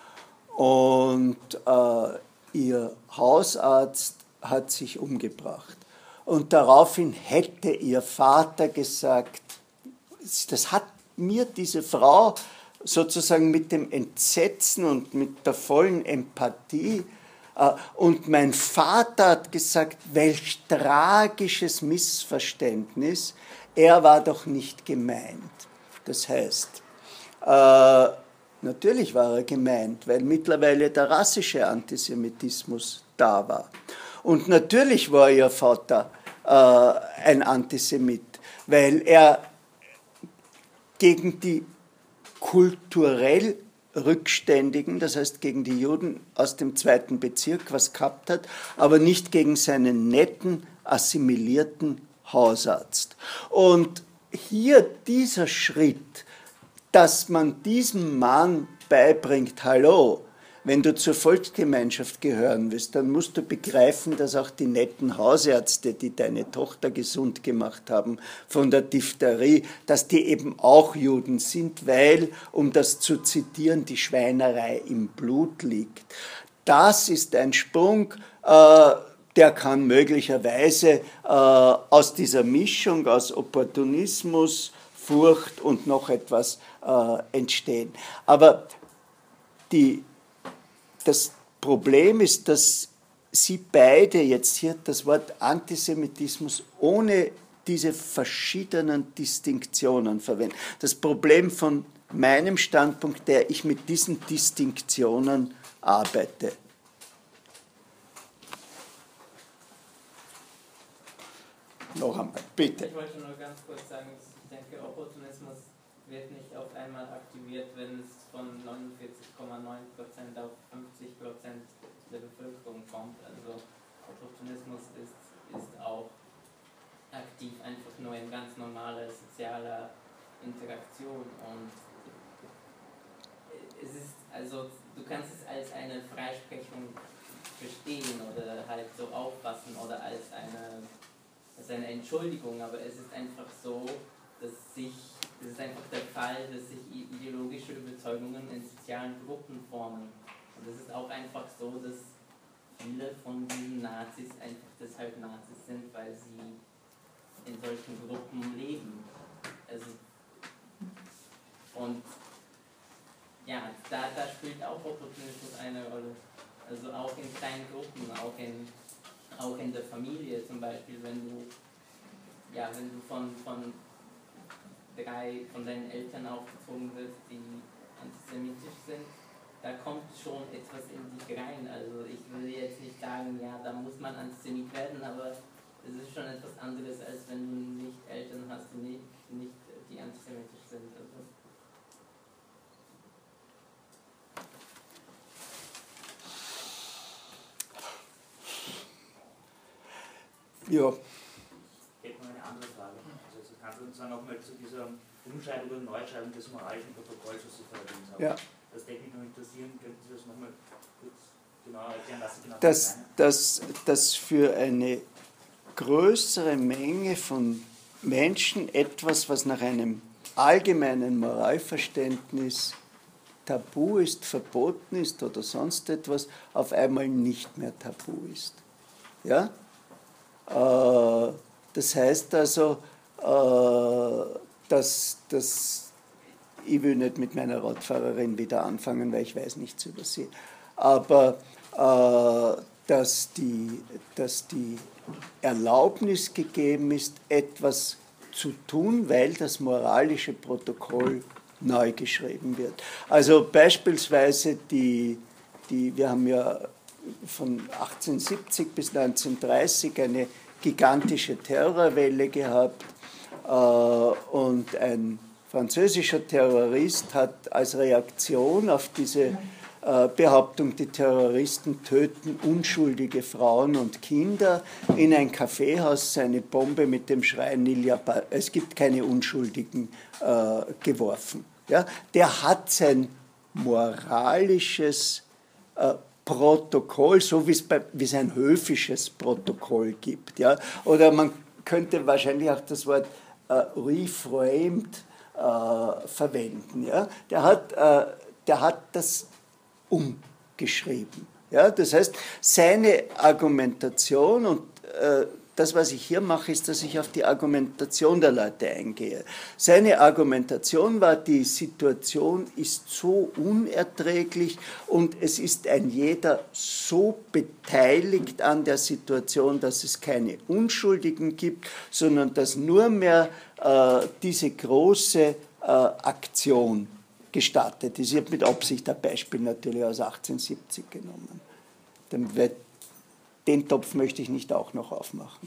Und ihr Hausarzt hat sich umgebracht. Und daraufhin hätte ihr Vater gesagt, das hat mir diese Frau sozusagen mit dem Entsetzen und mit der vollen Empathie, und mein Vater hat gesagt, welch tragisches Missverständnis, er war doch nicht gemeint. Das heißt, natürlich war er gemeint, weil mittlerweile der rassische Antisemitismus da war. Und natürlich war ihr Vater ein Antisemit, weil er gegen die kulturell Rückständigen, das heißt gegen die Juden aus dem 2. Bezirk was gehabt hat, aber nicht gegen seinen netten, assimilierten Hausarzt. Und hier dieser Schritt, dass man diesem Mann beibringt, hallo, wenn du zur Volksgemeinschaft gehören willst, dann musst du begreifen, dass auch die netten Hausärzte, die deine Tochter gesund gemacht haben von der Diphtherie, dass die eben auch Juden sind, weil, um das zu zitieren, die Schweinerei im Blut liegt. Das ist ein Sprung, der kann möglicherweise aus dieser Mischung aus Opportunismus, Furcht und noch etwas entstehen. Aber das Problem ist, dass Sie beide jetzt hier das Wort Antisemitismus ohne diese verschiedenen Distinktionen verwenden. Das Problem von meinem Standpunkt, der ich mit diesen Distinktionen arbeite. Noch einmal, bitte. Ich wollte nur ganz kurz sagen, ich denke, Opportunismus wird nicht auf einmal aktiviert, wenn es von 49,9% auf 50% der Bevölkerung kommt. Also Opportunismus ist auch aktiv, einfach nur in ganz normaler sozialer Interaktion. Und es ist, also du kannst es als eine Freisprechung verstehen oder halt so auffassen oder als eine Entschuldigung, aber es ist einfach so, dass es ist einfach der Fall, dass sich ideologische Überzeugungen in sozialen Gruppen formen. Und es ist auch einfach so, dass viele von diesen Nazis einfach deshalb Nazis sind, weil sie in solchen Gruppen leben. Also, und ja, da spielt auch Opportunismus eine Rolle. Also auch in kleinen Gruppen, auch in der Familie zum Beispiel, wenn du von deinen Eltern aufgezogen wirst, die antisemitisch sind, da kommt schon etwas in dich rein. Also ich will jetzt nicht sagen, ja, da muss man Antisemit werden, aber es ist schon etwas anderes, als wenn du nicht Eltern hast, die antisemitisch sind. Also. Ja. Ich hätte noch eine andere Frage. Also kannst du uns dann nochmal zu dieser Umschreibung oder Neuschreibung des moralischen Protokolls, was Sie vorher erwähnt haben. Ja. Das würde mich noch interessieren, könnten Sie das nochmal kurz genauer erklären, was Sie genau dass für eine größere Menge von Menschen etwas, was nach einem allgemeinen Moralverständnis tabu ist, verboten ist oder sonst etwas, auf einmal nicht mehr tabu ist. Ja? Das heißt also, dass ich will nicht mit meiner Radfahrerin wieder anfangen, weil ich weiß nichts über sie, aber dass die Erlaubnis gegeben ist, etwas zu tun, weil das moralische Protokoll neu geschrieben wird. Also beispielsweise wir haben ja von 1870 bis 1930 eine gigantische Terrorwelle gehabt und ein französischer Terrorist hat als Reaktion auf diese Behauptung, die Terroristen töten unschuldige Frauen und Kinder, in ein Kaffeehaus seine Bombe mit dem Schrei es gibt keine Unschuldigen geworfen. Ja? Der hat sein moralisches Protokoll, so wie es ein höfisches Protokoll gibt. Ja? Oder man könnte wahrscheinlich auch das Wort reframed verwenden. Ja? Der hat das umgeschrieben. Ja? Das heißt, seine Argumentation und das, was ich hier mache, ist, dass ich auf die Argumentation der Leute eingehe. Seine Argumentation war, die Situation ist so unerträglich und es ist ein jeder so beteiligt an der Situation, dass es keine Unschuldigen gibt, sondern dass nur mehr diese große Aktion gestartet ist. Ich habe mit Absicht ein Beispiel natürlich aus 1870 genommen. Den Topf möchte ich nicht auch noch aufmachen.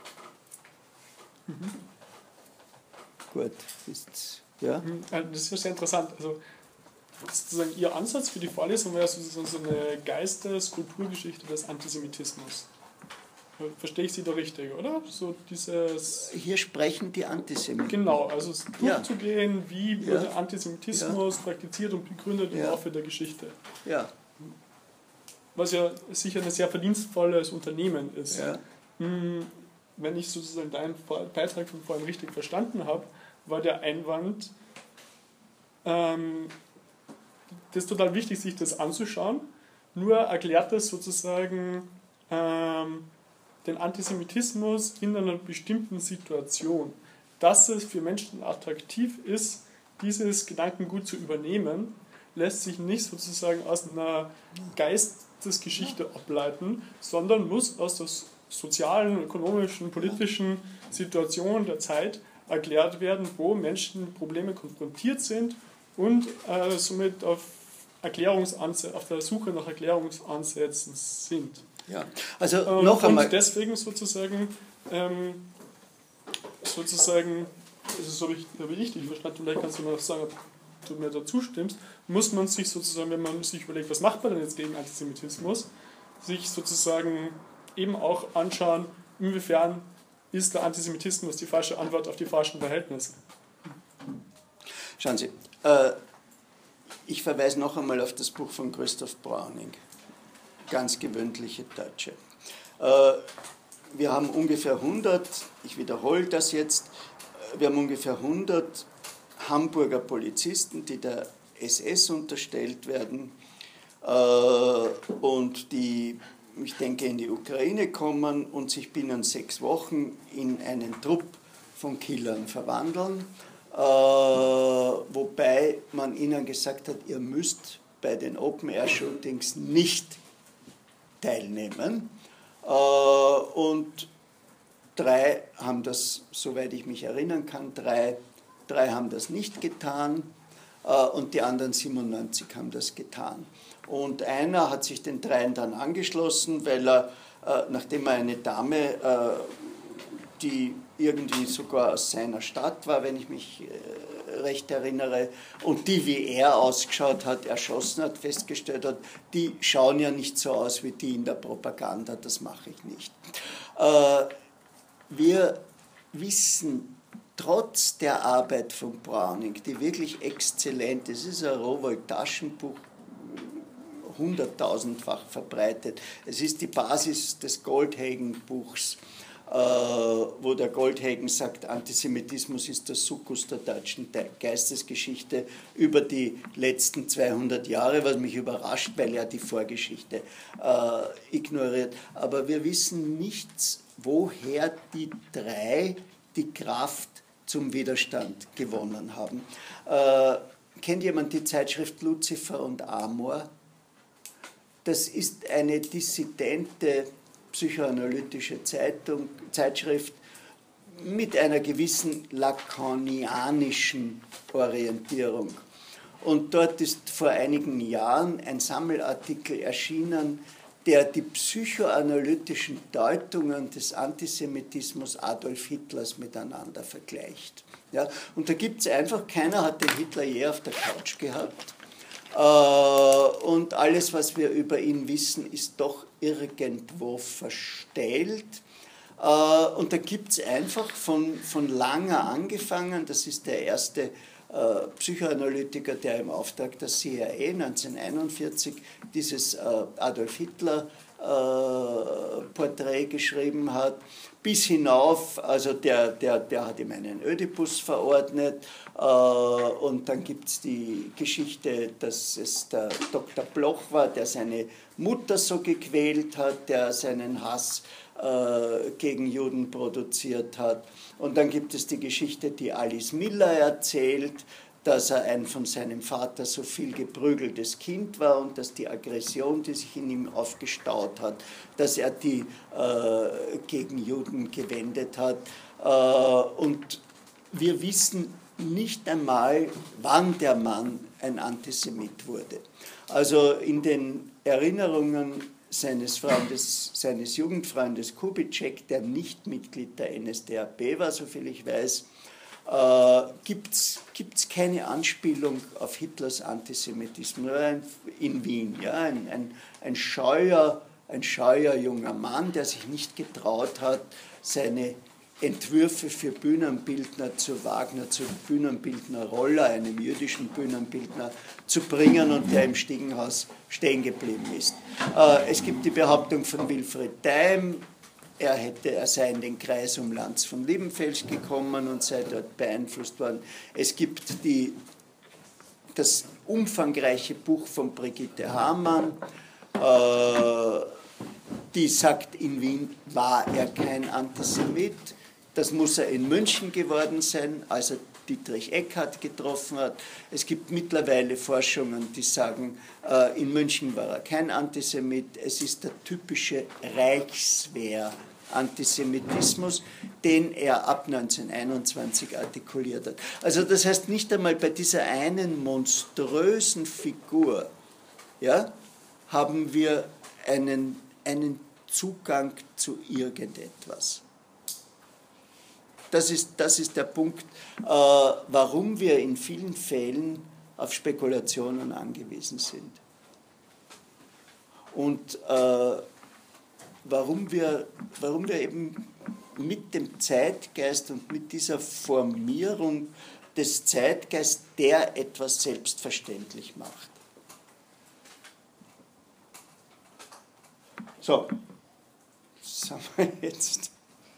Gut, ja? Das ist ja sehr interessant. Also, sozusagen Ihr Ansatz für die Vorlesung wäre sozusagen so eine Geistes-Kulturgeschichte des Antisemitismus. Verstehe ich Sie da richtig, oder? So dieses Hier sprechen die Antisemiten. Genau, also durchzugehen, wie wurde Antisemitismus praktiziert und begründet im Laufe der Geschichte. Ja. Was ja sicher ein sehr verdienstvolles Unternehmen ist. Ja. Wenn ich sozusagen deinen Beitrag von vorhin richtig verstanden habe, war der Einwand, das ist total wichtig, sich das anzuschauen, nur erklärt das sozusagen den Antisemitismus in einer bestimmten Situation. Dass es für Menschen attraktiv ist, dieses Gedankengut zu übernehmen, lässt sich nicht sozusagen aus einer Geistesgeschichte ableiten, sondern muss aus der sozialen, ökonomischen, politischen Situation der Zeit erklärt werden, wo Menschen mit Problemen konfrontiert sind und somit auf der Suche nach Erklärungsansätzen sind. Ja, also noch einmal. Und deswegen sozusagen, das habe ich dich verstanden, vielleicht kannst du mir noch sagen, ob du mir dazu stimmst, muss man sich sozusagen, wenn man sich überlegt, was macht man denn jetzt gegen Antisemitismus, sich sozusagen eben auch anschauen, inwiefern ist der Antisemitismus die falsche Antwort auf die falschen Verhältnisse. Schauen Sie, ich verweise noch einmal auf das Buch von Christoph Browning, Ganz gewöhnliche Deutsche. Wir haben ungefähr 100, ich wiederhole das jetzt, wir haben ungefähr 100 Hamburger Polizisten, die der SS unterstellt werden und die, ich denke, in die Ukraine kommen und sich binnen 6 Wochen in einen Trupp von Killern verwandeln. wobei man ihnen gesagt hat, ihr müsst bei den Open-Air-Shootings nicht teilnehmen. Und 3 haben das, soweit ich mich erinnern kann, 3 haben das nicht getan und die anderen 97 haben das getan. Und einer hat sich den 3 dann angeschlossen, weil er, nachdem er eine Dame, die irgendwie sogar aus seiner Stadt war, wenn ich mich recht erinnere, und die wie er ausgeschaut hat, erschossen hat, festgestellt hat, die schauen ja nicht so aus wie die in der Propaganda, das mache ich nicht. Wir wissen, trotz der Arbeit von Browning, die wirklich exzellent ist, es ist ein Rowohlt-Taschenbuch, 100.000-fach verbreitet. Es ist die Basis des Goldhagen-Buchs, wo der Goldhagen sagt, Antisemitismus ist der Sukkus der deutschen Geistesgeschichte über die letzten 200 Jahre, was mich überrascht, weil er die Vorgeschichte ignoriert. Aber wir wissen nichts, woher die 3 die Kraft zum Widerstand gewonnen haben. Kennt jemand die Zeitschrift Lucifer und Amor? Das ist eine dissidente psychoanalytische Zeitschrift mit einer gewissen lacanianischen Orientierung. Und dort ist vor einigen Jahren ein Sammelartikel erschienen, der die psychoanalytischen Deutungen des Antisemitismus Adolf Hitlers miteinander vergleicht. Ja, und da gibt es einfach, keiner hat den Hitler je auf der Couch gehabt. Und alles, was wir über ihn wissen, ist doch irgendwo verstellt. Und da gibt es einfach von Langer angefangen, das ist der erste Psychoanalytiker, der im Auftrag der CIA 1941 dieses Adolf Hitler Porträt geschrieben hat, bis hinauf, also der hat ihm einen Ödipus verordnet, und dann gibt es die Geschichte, dass es der Dr. Bloch war, der seine Mutter so gequält hat, der seinen Hass gegen Juden produziert hat. Und dann gibt es die Geschichte, die Alice Miller erzählt, dass er ein von seinem Vater so viel geprügeltes Kind war und dass die Aggression, die sich in ihm aufgestaut hat, dass er die gegen Juden gewendet hat. Und wir wissen nicht einmal, wann der Mann ein Antisemit wurde. Also in den Erinnerungen seines Jugendfreundes Kubitschek, der nicht Mitglied der NSDAP war, soviel ich weiß, gibt's keine Anspielung auf Hitlers Antisemitismus. In Wien, ja, ein scheuer junger Mann, der sich nicht getraut hat, seine Entwürfe für Bühnenbildner zu Wagner, zu Bühnenbildner Roller, einem jüdischen Bühnenbildner, zu bringen und der im Stiegenhaus stehen geblieben ist. Es gibt die Behauptung von Wilfried Daim, er sei in den Kreis um Lanz von Liebenfels gekommen und sei dort beeinflusst worden. Es gibt das umfangreiche Buch von Brigitte Hamann, die sagt, in Wien war er kein Antisemit. Das muss er in München geworden sein, als er Dietrich Eckart getroffen hat. Es gibt mittlerweile Forschungen, die sagen, in München war er kein Antisemit. Es ist der typische Reichswehr-Antisemitismus, den er ab 1921 artikuliert hat. Also das heißt, nicht einmal bei dieser einen monströsen Figur, ja, haben wir einen Zugang zu irgendetwas. Das ist der Punkt, warum wir in vielen Fällen auf Spekulationen angewiesen sind. Und warum wir eben mit dem Zeitgeist und mit dieser Formierung des Zeitgeists, der etwas selbstverständlich macht. So, was haben wir jetzt?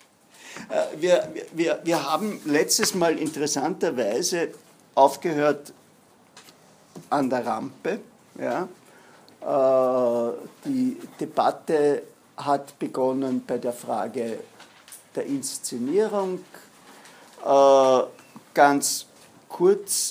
Wir haben letztes Mal interessanterweise aufgehört an der Rampe. Ja. Die Debatte hat begonnen bei der Frage der Inszenierung. Ganz kurz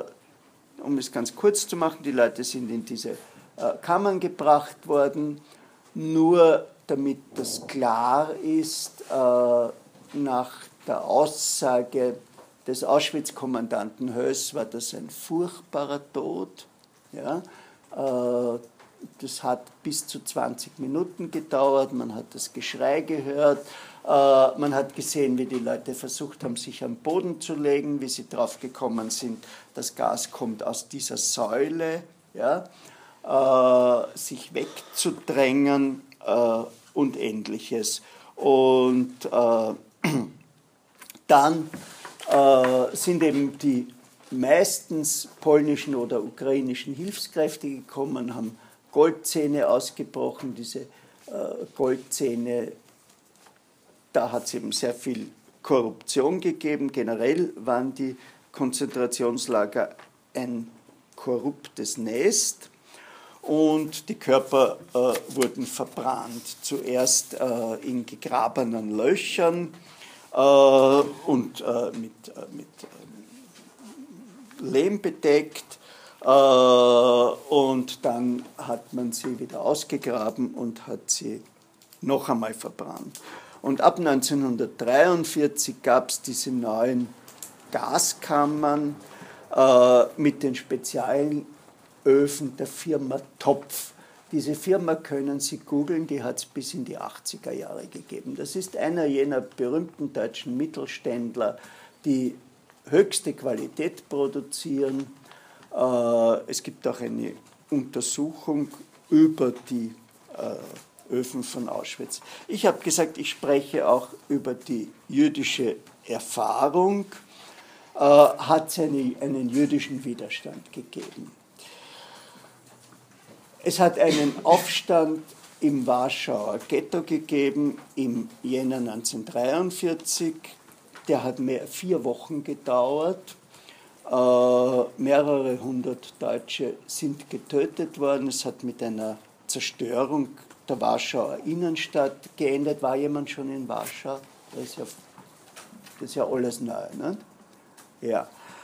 zu machen, die Leute sind in diese Kammern gebracht worden, nur damit das klar ist, nach der Aussage des Auschwitz-Kommandanten Höss war das ein furchtbarer Tod. Ja? Das hat bis zu 20 Minuten gedauert, man hat das Geschrei gehört, man hat gesehen, wie die Leute versucht haben, sich am Boden zu legen, wie sie drauf gekommen sind, das Gas kommt aus dieser Säule, ja? Sich wegzudrängen und Ähnliches. Und dann sind eben die meistens polnischen oder ukrainischen Hilfskräfte gekommen, haben Goldzähne ausgebrochen. Diese Goldzähne, da hat es eben sehr viel Korruption gegeben. Generell waren die Konzentrationslager ein korruptes Nest. Und die Körper wurden verbrannt, zuerst in gegrabenen Löchern und mit Lehm bedeckt, und dann hat man sie wieder ausgegraben und hat sie noch einmal verbrannt. Und ab 1943 gab es diese neuen Gaskammern mit den Spezialöfen der Firma Topf. Diese Firma können Sie googeln, die hat es bis in die 80er Jahre gegeben. Das ist einer jener berühmten deutschen Mittelständler, die höchste Qualität produzieren. Es gibt auch eine Untersuchung über die Öfen von Auschwitz. Ich habe gesagt, ich spreche auch über die jüdische Erfahrung. Hat es einen jüdischen Widerstand gegeben? Es hat einen Aufstand im Warschauer Ghetto gegeben im Jänner 1943. Der hat 4 Wochen gedauert. Mehrere hundert Deutsche sind getötet worden. Es hat mit einer Zerstörung der Warschauer Innenstadt geendet. War jemand schon in Warschau? Das ist ja alles neu. Ne? Ja.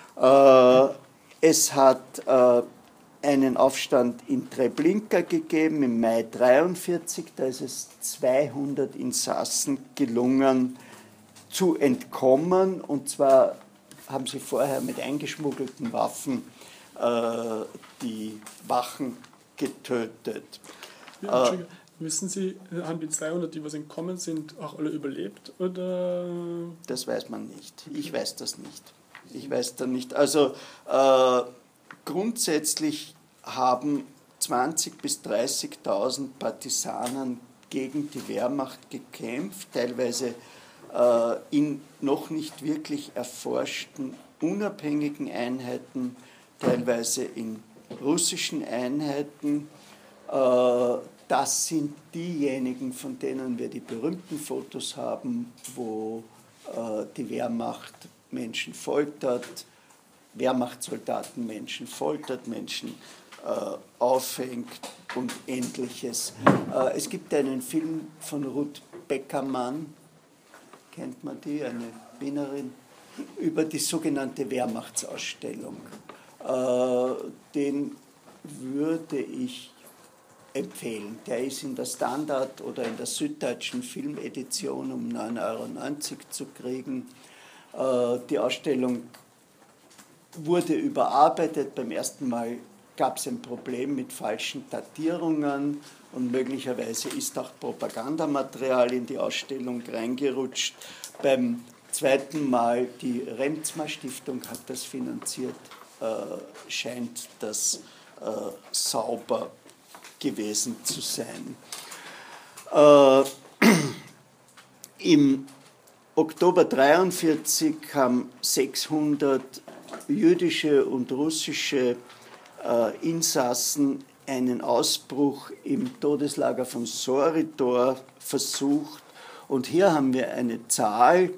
Es hat einen Aufstand in Treblinka gegeben im Mai 1943. Da ist es 200 Insassen gelungen, zu entkommen. Und zwar haben sie vorher mit eingeschmuggelten Waffen die Wachen getötet. Ja, wissen Sie, haben die 200, die was entkommen sind, auch alle überlebt? Oder? Das weiß man nicht. Ich weiß das nicht. Ich weiß da nicht. Also grundsätzlich haben 20.000 bis 30.000 Partisanen gegen die Wehrmacht gekämpft, teilweise in noch nicht wirklich erforschten unabhängigen Einheiten, teilweise in russischen Einheiten. Das sind diejenigen, von denen wir die berühmten Fotos haben, wo die Wehrmacht Menschen foltert, Wehrmachtssoldaten Menschen foltert, Menschen aufhängt und Ähnliches. Es gibt einen Film von Ruth Beckermann, kennt man die, eine Wienerin, über die sogenannte Wehrmachtsausstellung. Den würde ich empfehlen. Der ist in der Standard oder in der Süddeutschen Filmedition um 9,90 € zu kriegen. Die Ausstellung wurde überarbeitet. Beim ersten Mal gab es ein Problem mit falschen Datierungen und möglicherweise ist auch Propagandamaterial in die Ausstellung reingerutscht. Beim zweiten Mal, die Remzma Stiftung hat das finanziert, scheint das sauber gewesen zu sein. Im Oktober 1943 haben 600 jüdische und russische Insassen einen Ausbruch im Todeslager von Soritor versucht. Und hier haben wir eine Zahl,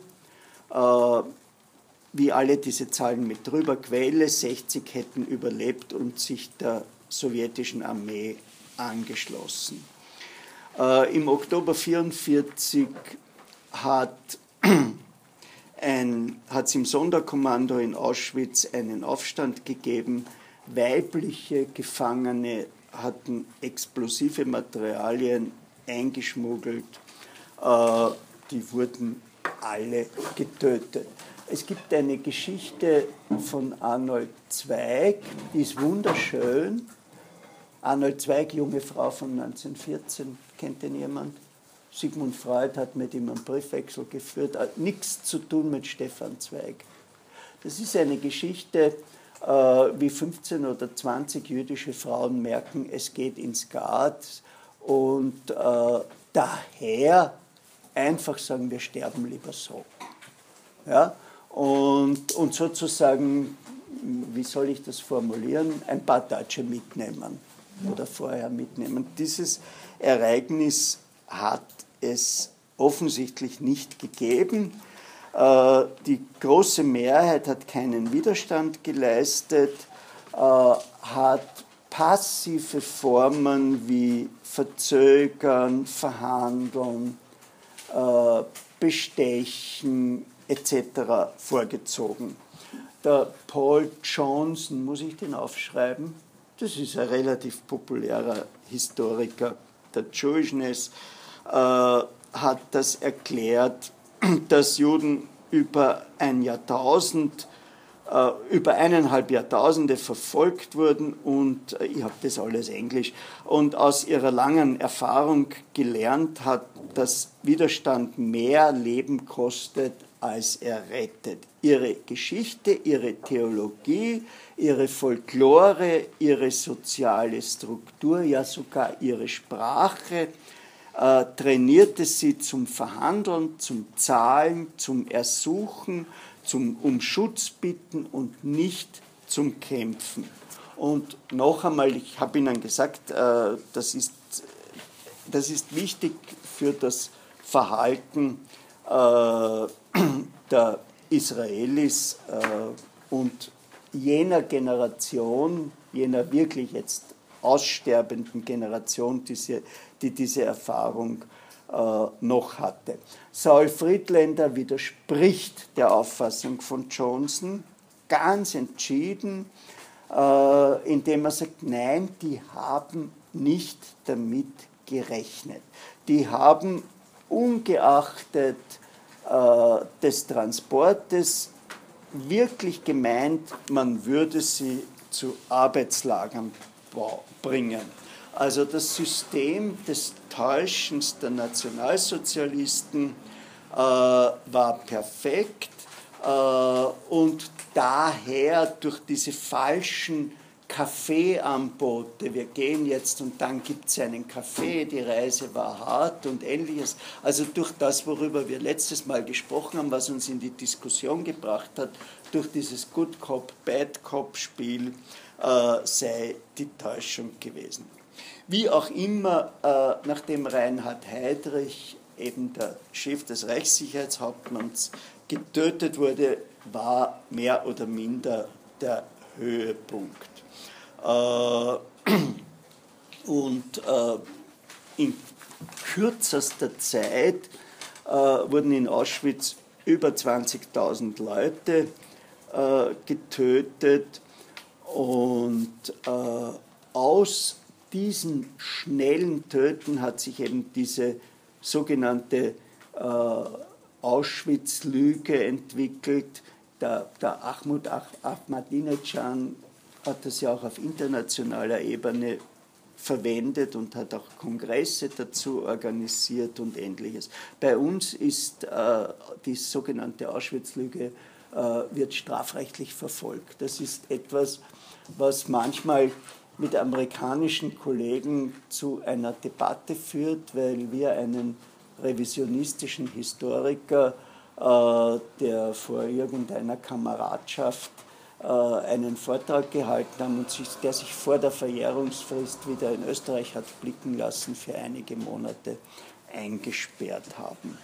wie alle diese Zahlen mit drüber, Quelle, 60 hätten überlebt und sich der sowjetischen Armee angeschlossen. Im Oktober 1944 hat hat es im Sonderkommando in Auschwitz einen Aufstand gegeben. Weibliche Gefangene hatten explosive Materialien eingeschmuggelt. Die wurden alle getötet. Es gibt eine Geschichte von Arnold Zweig, die ist wunderschön. Arnold Zweig, junge Frau von 1914, kennt den jemand? Sigmund Freud hat mit ihm einen Briefwechsel geführt, hat nichts zu tun mit Stefan Zweig. Das ist eine Geschichte, wie 15 oder 20 jüdische Frauen merken, es geht ins Gas und daher einfach sagen, wir sterben lieber so. Ja? Und sozusagen, wie soll ich das formulieren, ein paar Deutsche mitnehmen oder vorher mitnehmen. Dieses Ereignis hat es offensichtlich nicht gegeben. Die große Mehrheit hat keinen Widerstand geleistet, hat passive Formen wie Verzögern, Verhandeln, Bestechen etc. vorgezogen. Der Paul Johnson, muss ich den aufschreiben? Das ist ein relativ populärer Historiker der Jewishness, hat das erklärt, dass Juden über 1,5 Jahrtausende verfolgt wurden und ich habe das alles Englisch und aus ihrer langen Erfahrung gelernt hat, dass Widerstand mehr Leben kostet, als er rettet. Ihre Geschichte, ihre Theologie, ihre Folklore, ihre soziale Struktur, ja sogar ihre Sprache trainierte sie zum Verhandeln, zum Zahlen, zum Ersuchen, zum um Schutz bitten und nicht zum Kämpfen. Und noch einmal, ich habe Ihnen gesagt, das ist wichtig für das Verhalten der Israelis und jener Generation, jener wirklich jetzt aussterbenden Generation, die diese Erfahrung noch hatte. Saul Friedländer widerspricht der Auffassung von Johnson ganz entschieden, indem er sagt, nein, die haben nicht damit gerechnet. Die haben ungeachtet des Transportes wirklich gemeint, man würde sie zu Arbeitslagern bringen. Also das System des Täuschens der Nationalsozialisten war perfekt und daher durch diese falschen Kaffeeanbote, wir gehen jetzt und dann gibt es einen Kaffee, die Reise war hart und ähnliches. Also durch das, worüber wir letztes Mal gesprochen haben, was uns in die Diskussion gebracht hat, durch dieses Good Cop, Bad Cop Spiel sei die Täuschung gewesen. Wie auch immer, nachdem Reinhard Heydrich, eben der Chef des Reichssicherheitshauptmanns, getötet wurde, war mehr oder minder der Höhepunkt. Und in kürzester Zeit wurden in Auschwitz über 20.000 Leute getötet und aus diesen schnellen Töten hat sich eben diese sogenannte Auschwitz-Lüge entwickelt. Der Ahmadinejad hat das ja auch auf internationaler Ebene verwendet und hat auch Kongresse dazu organisiert und Ähnliches. Bei uns ist die sogenannte Auschwitz-Lüge wird strafrechtlich verfolgt. Das ist etwas, was manchmal mit amerikanischen Kollegen zu einer Debatte führt, weil wir einen revisionistischen Historiker, der vor irgendeiner Kameradschaft einen Vortrag gehalten haben und der sich vor der Verjährungsfrist wieder in Österreich hat blicken lassen, für einige Monate eingesperrt haben.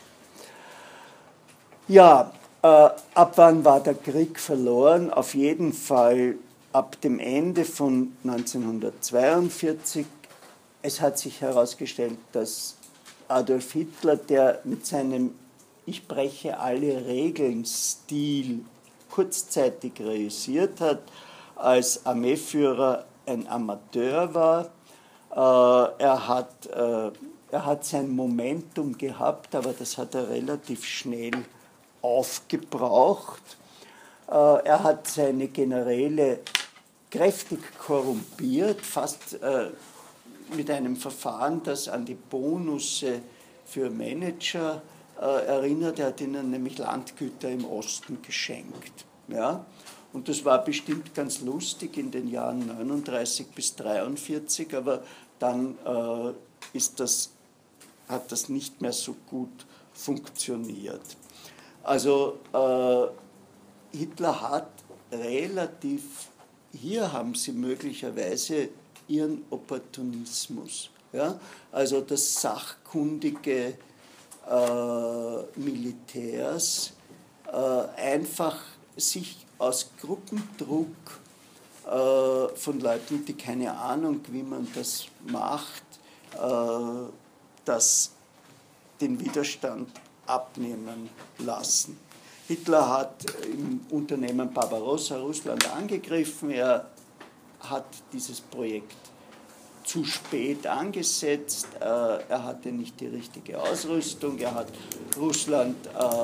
Ja, ab wann war der Krieg verloren? Auf jeden Fall ab dem Ende von 1942. Es hat sich herausgestellt, dass Adolf Hitler, der mit seinem Ich breche alle Regeln Stil kurzzeitig realisiert hat, als Armeeführer ein Amateur war. Er hat sein Momentum gehabt, aber das hat er relativ schnell aufgebraucht. Er hat seine Generäle kräftig korrumpiert, fast mit einem Verfahren, das an die Bonusse für Manager erinnert. Er hat ihnen nämlich Landgüter im Osten geschenkt. Ja? Und das war bestimmt ganz lustig in den Jahren 39 bis 1943, aber dann hat das nicht mehr so gut funktioniert. Also Hitler hat relativ, hier haben Sie möglicherweise Ihren Opportunismus. Ja? Also das sachkundige Militärs einfach sich aus Gruppendruck von Leuten, die keine Ahnung, wie man das macht, den Widerstand abnehmen lassen. Hitler hat im Unternehmen Barbarossa Russland angegriffen. Er hat dieses Projekt zu spät angesetzt. Er hatte nicht die richtige Ausrüstung. Er hat Russland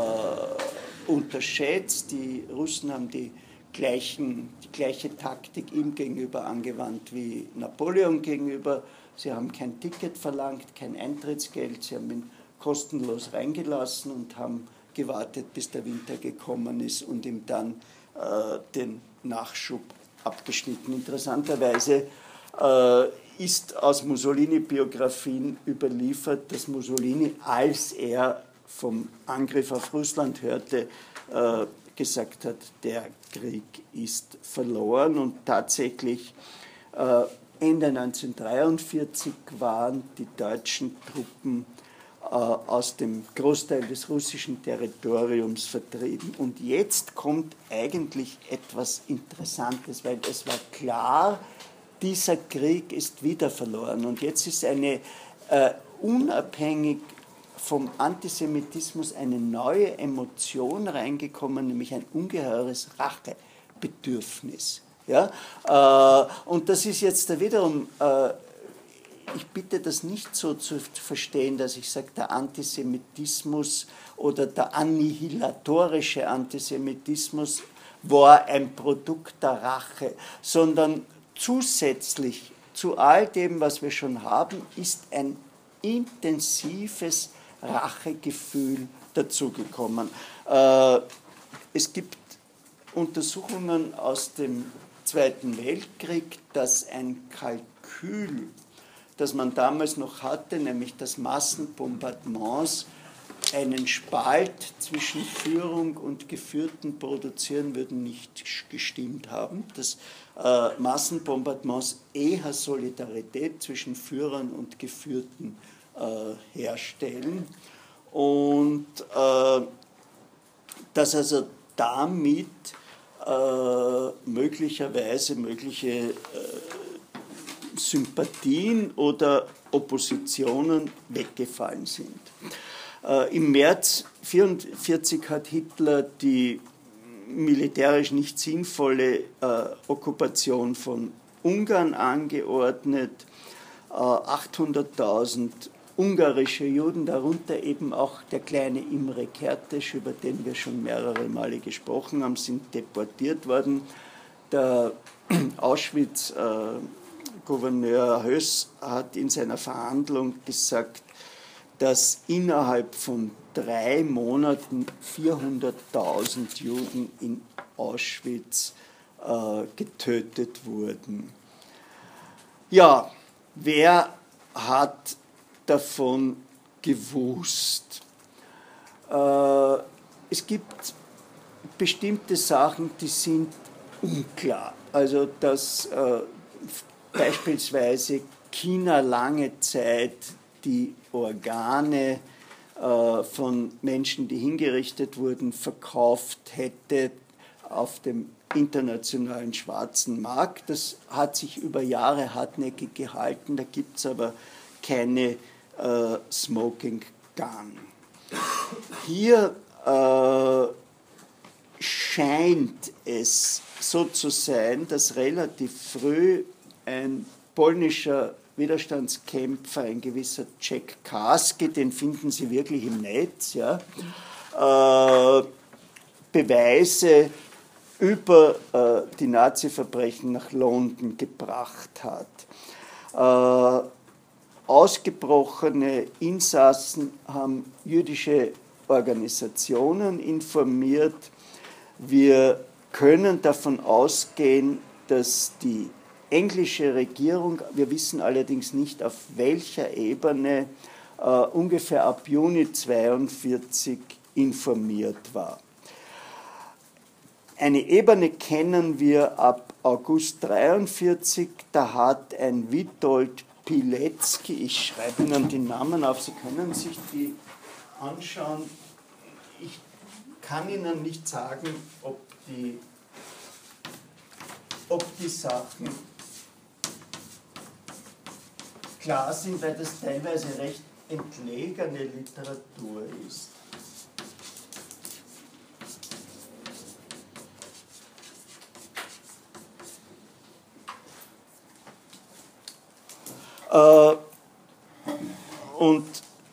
unterschätzt. Die Russen haben die gleiche Taktik ihm gegenüber angewandt wie Napoleon gegenüber. Sie haben kein Ticket verlangt, kein Eintrittsgeld. Sie haben ihn kostenlos reingelassen und haben gewartet, bis der Winter gekommen ist und ihm dann den Nachschub abgeschnitten. Interessanterweise ist aus Mussolini-Biografien überliefert, dass Mussolini, als er vom Angriff auf Russland hörte, gesagt hat, der Krieg ist verloren. Und tatsächlich Ende 1943 waren die deutschen Truppen aus dem Großteil des russischen Territoriums vertrieben. Und jetzt kommt eigentlich etwas Interessantes, weil es war klar, dieser Krieg ist wieder verloren. Und jetzt ist unabhängig vom Antisemitismus eine neue Emotion reingekommen, nämlich ein ungeheures Rachebedürfnis. Ja? Und das ist jetzt wiederum, ich bitte das nicht so zu verstehen, dass ich sage, der Antisemitismus oder der annihilatorische Antisemitismus war ein Produkt der Rache, sondern zusätzlich zu all dem, was wir schon haben, ist ein intensives Rachegefühl dazugekommen. Es gibt Untersuchungen aus dem Zweiten Weltkrieg, dass ein Kalkül, das man damals noch hatte, nämlich das Massenbombardements, einen Spalt zwischen Führung und Geführten produzieren würden, nicht gestimmt haben. Dass Massenbombardements eher Solidarität zwischen Führern und Geführten herstellen. Und dass also damit möglicherweise mögliche Sympathien oder Oppositionen weggefallen sind. Im März 1944 hat Hitler die militärisch nicht sinnvolle Okkupation von Ungarn angeordnet. 800.000 ungarische Juden, darunter eben auch der kleine Imre Kertész, über den wir schon mehrere Male gesprochen haben, sind deportiert worden. Der Auschwitz-Gouverneur Höss hat in seiner Verhandlung gesagt, dass innerhalb von 3 Monaten 400.000 Juden in Auschwitz getötet wurden. Ja, wer hat davon gewusst? Es gibt bestimmte Sachen, die sind unklar. Also, dass beispielsweise China lange Zeit die Organe von Menschen, die hingerichtet wurden, verkauft hätte auf dem internationalen schwarzen Markt. Das hat sich über Jahre hartnäckig gehalten, da gibt es aber keine Smoking Gun. Hier scheint es so zu sein, dass relativ früh ein polnischer Widerstandskämpfer, ein gewisser Jack Karski, den finden Sie wirklich im Netz, ja, Beweise über die Nazi-Verbrechen nach London gebracht hat. Ausgebrochene Insassen haben jüdische Organisationen informiert. Wir können davon ausgehen, dass die englische Regierung, wir wissen allerdings nicht auf welcher Ebene, ungefähr ab Juni 1942 informiert war. Eine Ebene kennen wir ab August 1943, da hat ein Witold Pilecki, ich schreibe Ihnen die Namen auf, Sie können sich die anschauen. Ich kann Ihnen nicht sagen, ob die Sachen klar sind, weil das teilweise recht entlegene Literatur ist. Und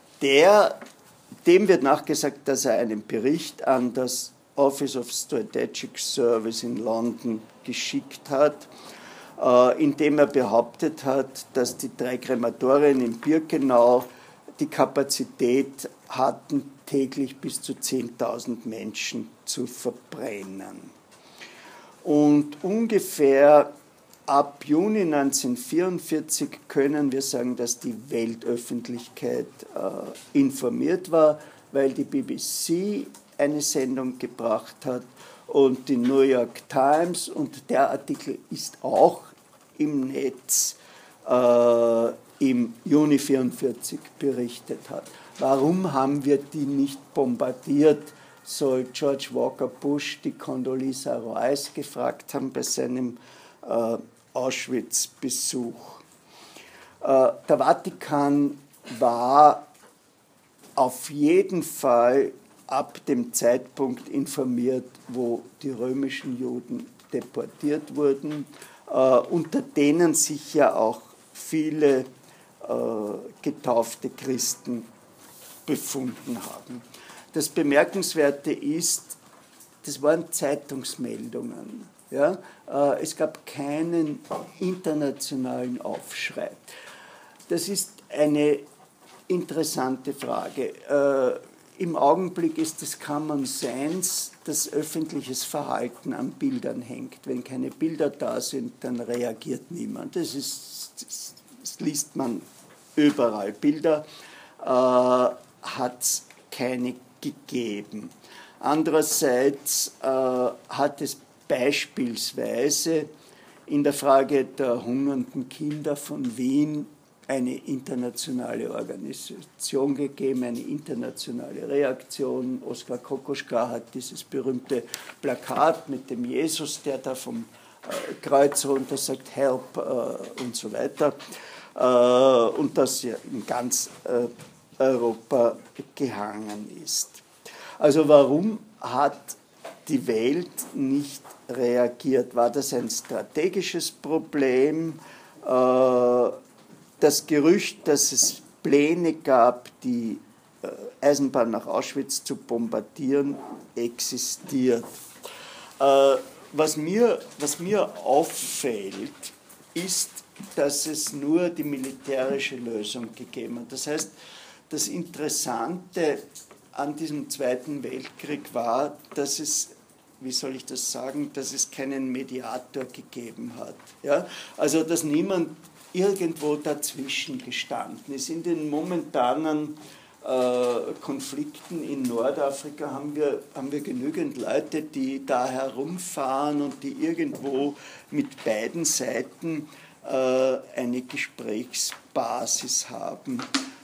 dem wird nachgesagt, dass er einen Bericht an das Office of Strategic Service in London geschickt hat, in dem er behauptet hat, dass die 3 Krematorien in Birkenau die Kapazität hatten, täglich bis zu 10.000 Menschen zu verbrennen. Und ungefähr ab Juni 1944 können wir sagen, dass die Weltöffentlichkeit informiert war, weil die BBC eine Sendung gebracht hat und die New York Times, und der Artikel ist auch im Netz, im Juni 1944 berichtet hat. Warum haben wir die nicht bombardiert, soll George Walker Bush die Condoleezza Rice gefragt haben bei seinem Auschwitz-Besuch. Der Vatikan war auf jeden Fall ab dem Zeitpunkt informiert, wo die römischen Juden deportiert wurden, unter denen sich ja auch viele getaufte Christen befunden haben. Das Bemerkenswerte ist, das waren Zeitungsmeldungen. Ja? Es gab keinen internationalen Aufschrei. Das ist eine interessante Frage. Im Augenblick ist das Common Sense, dass öffentliches Verhalten an Bildern hängt. Wenn keine Bilder da sind, dann reagiert niemand. Das liest man überall. Bilder hat es keine gegeben. Andererseits hat es beispielsweise in der Frage der hungernden Kinder von Wien eine internationale Organisation gegeben, eine internationale Reaktion. Oskar Kokoschka hat dieses berühmte Plakat mit dem Jesus, der da vom Kreuz runter sagt, Help und so weiter. Und das ja in ganz Europa gehangen ist. Also warum hat die Welt nicht reagiert? War das ein strategisches Problem? Das Gerücht, dass es Pläne gab, die Eisenbahn nach Auschwitz zu bombardieren, existiert. Was mir auffällt, ist, dass es nur die militärische Lösung gegeben hat. Das heißt, das Interessante an diesem Zweiten Weltkrieg war, dass es, wie soll ich das sagen, dass es keinen Mediator gegeben hat. Ja? Also, dass niemand irgendwo dazwischen gestanden ist. In den momentanen Konflikten in Nordafrika haben wir genügend Leute, die da herumfahren und die irgendwo mit beiden Seiten eine Gesprächsbasis haben.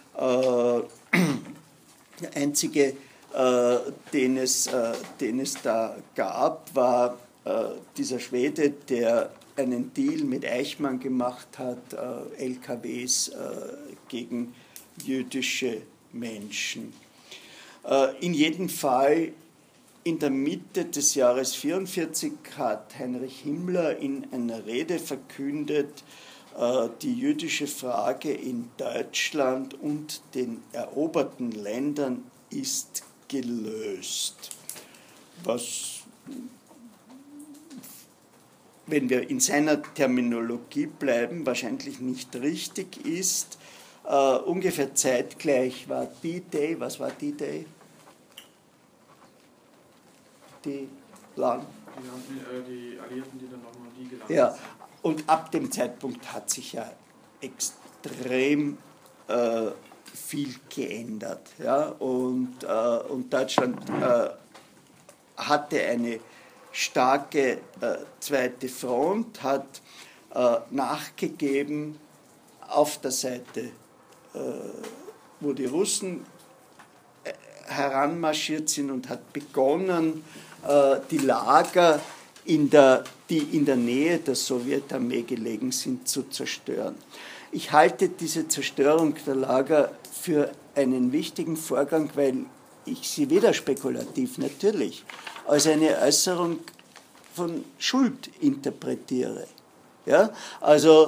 Der einzige, den es da gab, war dieser Schwede, der einen Deal mit Eichmann gemacht hat, LKWs gegen jüdische Menschen. In jedem Fall in der Mitte des Jahres 1944 hat Heinrich Himmler in einer Rede verkündet, die jüdische Frage in Deutschland und den eroberten Ländern ist gelöst. Was, wenn wir in seiner Terminologie bleiben, wahrscheinlich nicht richtig ist. Ungefähr zeitgleich war D-Day. Was war D-Day? Die Alliierten, die dann Normandie gelandet ja, sind. und ab dem Zeitpunkt hat sich ja extrem viel geändert. Ja? Und Deutschland hatte eine starke zweite Front, hat nachgegeben auf der Seite, wo die Russen heranmarschiert sind, und hat begonnen, die Lager, die in der Nähe der Sowjetarmee gelegen sind, zu zerstören. Ich halte diese Zerstörung der Lager für einen wichtigen Vorgang, weil ich sie weder spekulativ natürlich als eine Äußerung von Schuld interpretiere. Ja? Also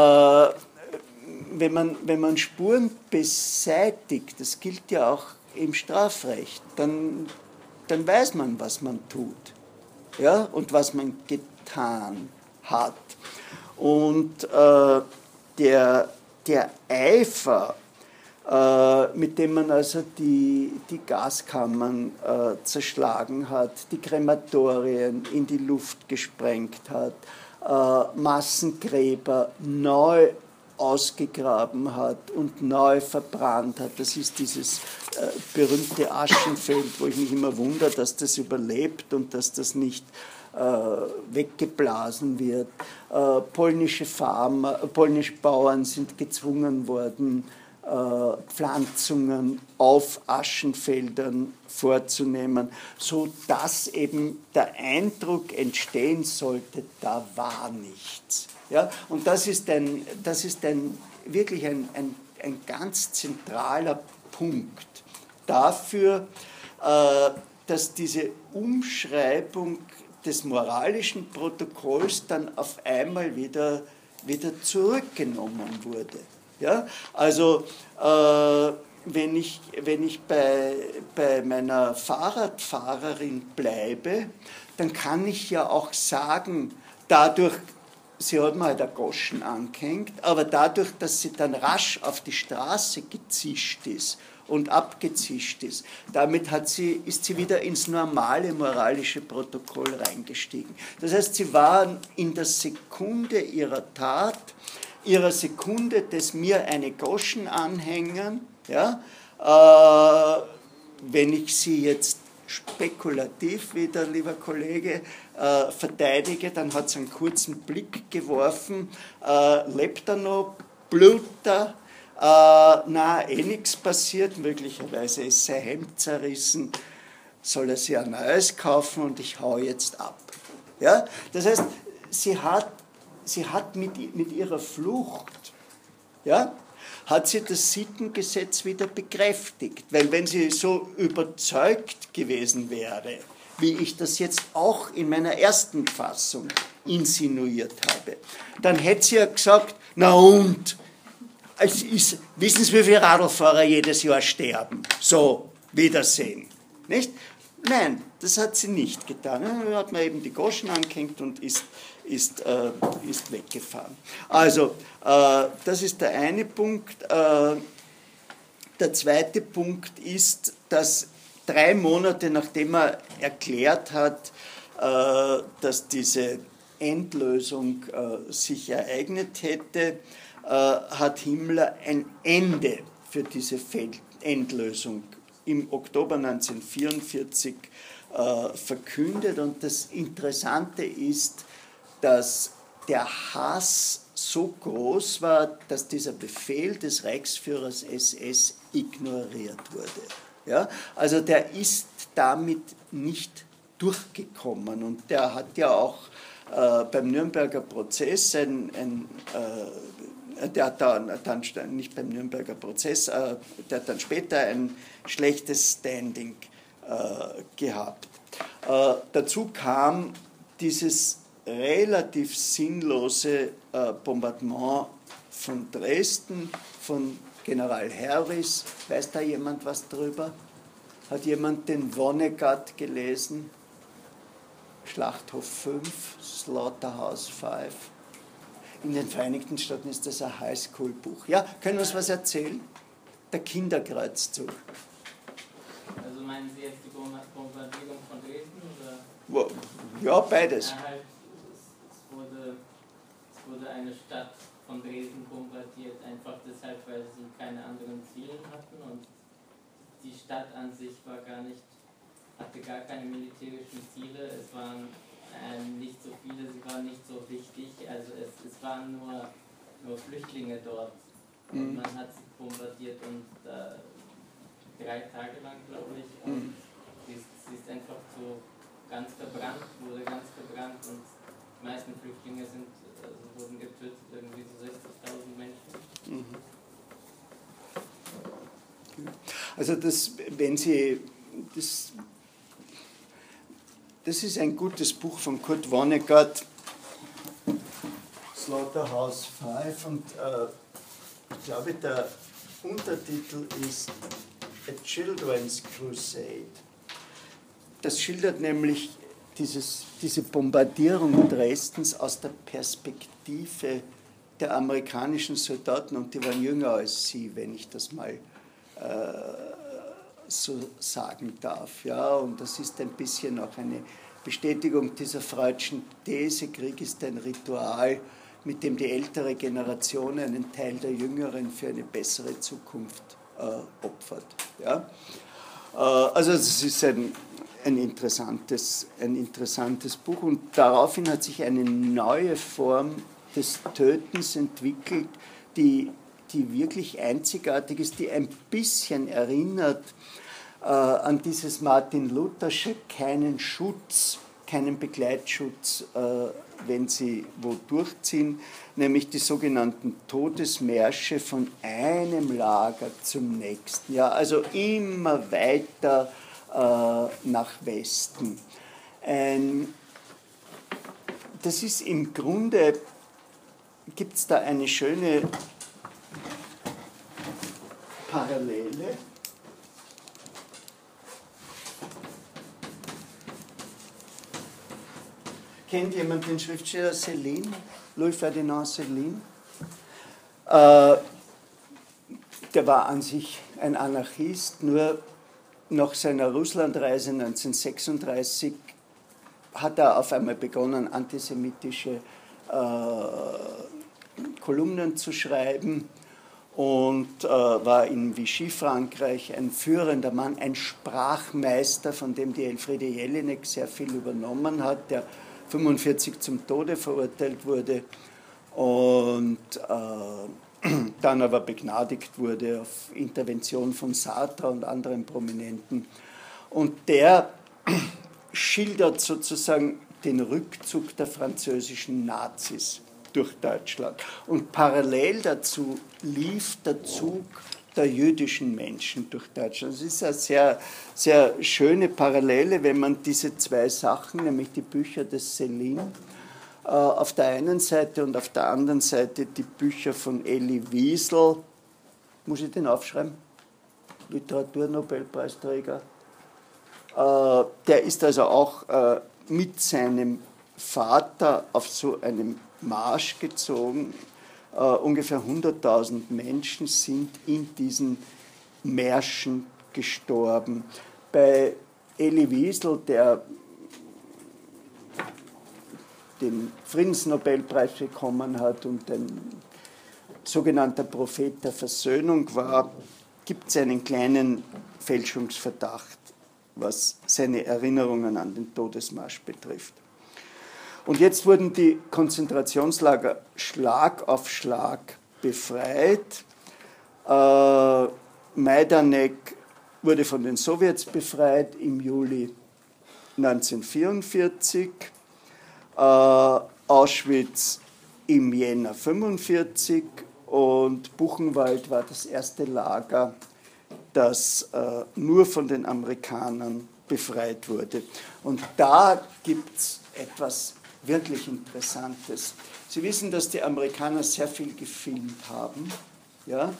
wenn man Spuren beseitigt, das gilt ja auch im Strafrecht, dann weiß man, was man tut, ja, und was man getan hat. Und der Eifer, mit dem man also die Gaskammern zerschlagen hat, die Krematorien in die Luft gesprengt hat, Massengräber neu ausgegraben hat und neu verbrannt hat. Das ist dieses berühmte Aschenfeld, wo ich mich immer wundere, dass das überlebt und dass das nicht weggeblasen wird. Polnische Bauern sind gezwungen worden, Pflanzungen auf Aschenfeldern vorzunehmen, sodass eben der Eindruck entstehen sollte, da war nichts. Ja? Und das ist wirklich ein ganz zentraler Punkt dafür, dass diese Umschreibung des moralischen Protokolls dann auf einmal wieder zurückgenommen wurde. Ja? Also wenn ich bei meiner Fahrradfahrerin bleibe, dann kann ich ja auch sagen, dadurch, sie hat mir halt einen Goschen angehängt, aber dadurch, dass sie dann rasch auf die Straße gezischt ist und abgezischt ist, damit ist sie wieder ins normale moralische Protokoll reingestiegen. Das heißt, sie war in der Sekunde ihrer Tat, ihrer Sekunde des mir eine Goschen anhängen, ja, wenn ich sie jetzt spekulativ wieder, lieber Kollege, verteidige, dann hat sie einen kurzen Blick geworfen, lebt er noch, blutet er, nichts passiert, möglicherweise ist sein Hemd zerrissen, soll er sich ein neues kaufen und ich hau jetzt ab. Ja? Das heißt, sie hat mit ihrer Flucht, ja, hat sie das Sittengesetz wieder bekräftigt. Weil wenn sie so überzeugt gewesen wäre, wie ich das jetzt auch in meiner ersten Fassung insinuiert habe, dann hätte sie ja gesagt, na und, wissen Sie, wie viele Radlfahrer jedes Jahr sterben? So, Wiedersehen. Nicht? Nein, das hat sie nicht getan. Dann hat man eben die Goschen angehängt und ist weggefahren. Also, das ist der eine Punkt. Der zweite Punkt ist, dass 3 Monate nachdem er erklärt hat, dass diese Endlösung sich ereignet hätte, hat Himmler ein Ende für diese Endlösung im Oktober 1944 verkündet. Und das Interessante ist, dass der Hass so groß war, dass dieser Befehl des Reichsführers SS ignoriert wurde. Ja? Also der ist damit nicht durchgekommen und der hat ja auch beim Nürnberger Prozess ein der hat dann nicht beim Nürnberger Prozess, der hat dann später ein schlechtes Standing gehabt. Dazu kam dieses relativ sinnlose Bombardement von Dresden, von General Harris. Weiß da jemand was drüber? Hat jemand den Vonnegut gelesen? Schlachthof 5, Slaughterhouse 5. In den Vereinigten Staaten ist das ein Highschool-Buch. Ja, können wir uns was erzählen? Der Kinderkreuzzug. Also meinen Sie jetzt die Bombardierung von Dresden? Oder? Ja, beides. Ja, halt, es wurde eine Stadt von Dresden bombardiert, einfach deshalb, weil sie keine anderen Ziele hatten und die Stadt an sich hatte gar keine militärischen Ziele, es waren nicht so viele, sie waren nicht so wichtig, also es waren nur Flüchtlinge dort und man hat sie bombardiert und 3 Tage lang, glaube ich, und sie ist einfach so wurde ganz verbrannt und die meisten Flüchtlinge wurden getötet, irgendwie so 60.000 Menschen. Also das ist ein gutes Buch von Kurt Vonnegut, Slaughterhouse 5, und ich glaube, der Untertitel ist A Children's Crusade. Das schildert nämlich diese Bombardierung Dresdens aus der Perspektive der amerikanischen Soldaten, und die waren jünger als sie, wenn ich das mal so sagen darf. Ja, und das ist ein bisschen auch eine Bestätigung dieser freudschen These, Krieg ist ein Ritual, mit dem die ältere Generation einen Teil der Jüngeren für eine bessere Zukunft opfert. Ja? Also es ist ein interessantes Buch, und daraufhin hat sich eine neue Form des Tötens entwickelt, die wirklich einzigartig ist, die ein bisschen erinnert an dieses Martin Luthersche keinen Begleitschutz, wenn sie wo durchziehen, nämlich die sogenannten Todesmärsche von einem Lager zum nächsten. Ja, also immer weiter nach Westen. Das ist im Grunde, gibt es da eine schöne Parallele. Kennt jemand den Schriftsteller Céline? Louis Ferdinand Céline? Der war an sich ein Anarchist, nur nach seiner Russlandreise 1936 hat er auf einmal begonnen, antisemitische Kolumnen zu schreiben und war in Vichy, Frankreich, ein führender Mann, ein Sprachmeister, von dem die Elfriede Jelinek sehr viel übernommen hat, der 1945 zum Tode verurteilt wurde und dann aber begnadigt wurde auf Intervention von Sartre und anderen Prominenten. Und der schildert sozusagen den Rückzug der französischen Nazis durch Deutschland. Und parallel dazu lief der Zug der jüdischen Menschen durch Deutschland. Es ist eine sehr, sehr schöne Parallele, wenn man diese zwei Sachen, nämlich die Bücher des Céline auf der einen Seite und auf der anderen Seite die Bücher von Elie Wiesel, muss ich den aufschreiben? Literaturnobelpreisträger. Der ist also auch mit seinem Vater auf so einem Marsch gezogen. Ungefähr 100.000 Menschen sind in diesen Märschen gestorben. Bei Elie Wiesel, der den Friedensnobelpreis bekommen hat und ein sogenannter Prophet der Versöhnung war, gibt es einen kleinen Fälschungsverdacht, was seine Erinnerungen an den Todesmarsch betrifft. Und jetzt wurden die Konzentrationslager Schlag auf Schlag befreit. Majdanek wurde von den Sowjets befreit im Juli 1944. Auschwitz im Jänner 1945 und Buchenwald war das erste Lager, das nur von den Amerikanern befreit wurde. Und da gibt es etwas wirklich Interessantes. Sie wissen, dass die Amerikaner sehr viel gefilmt haben, ja?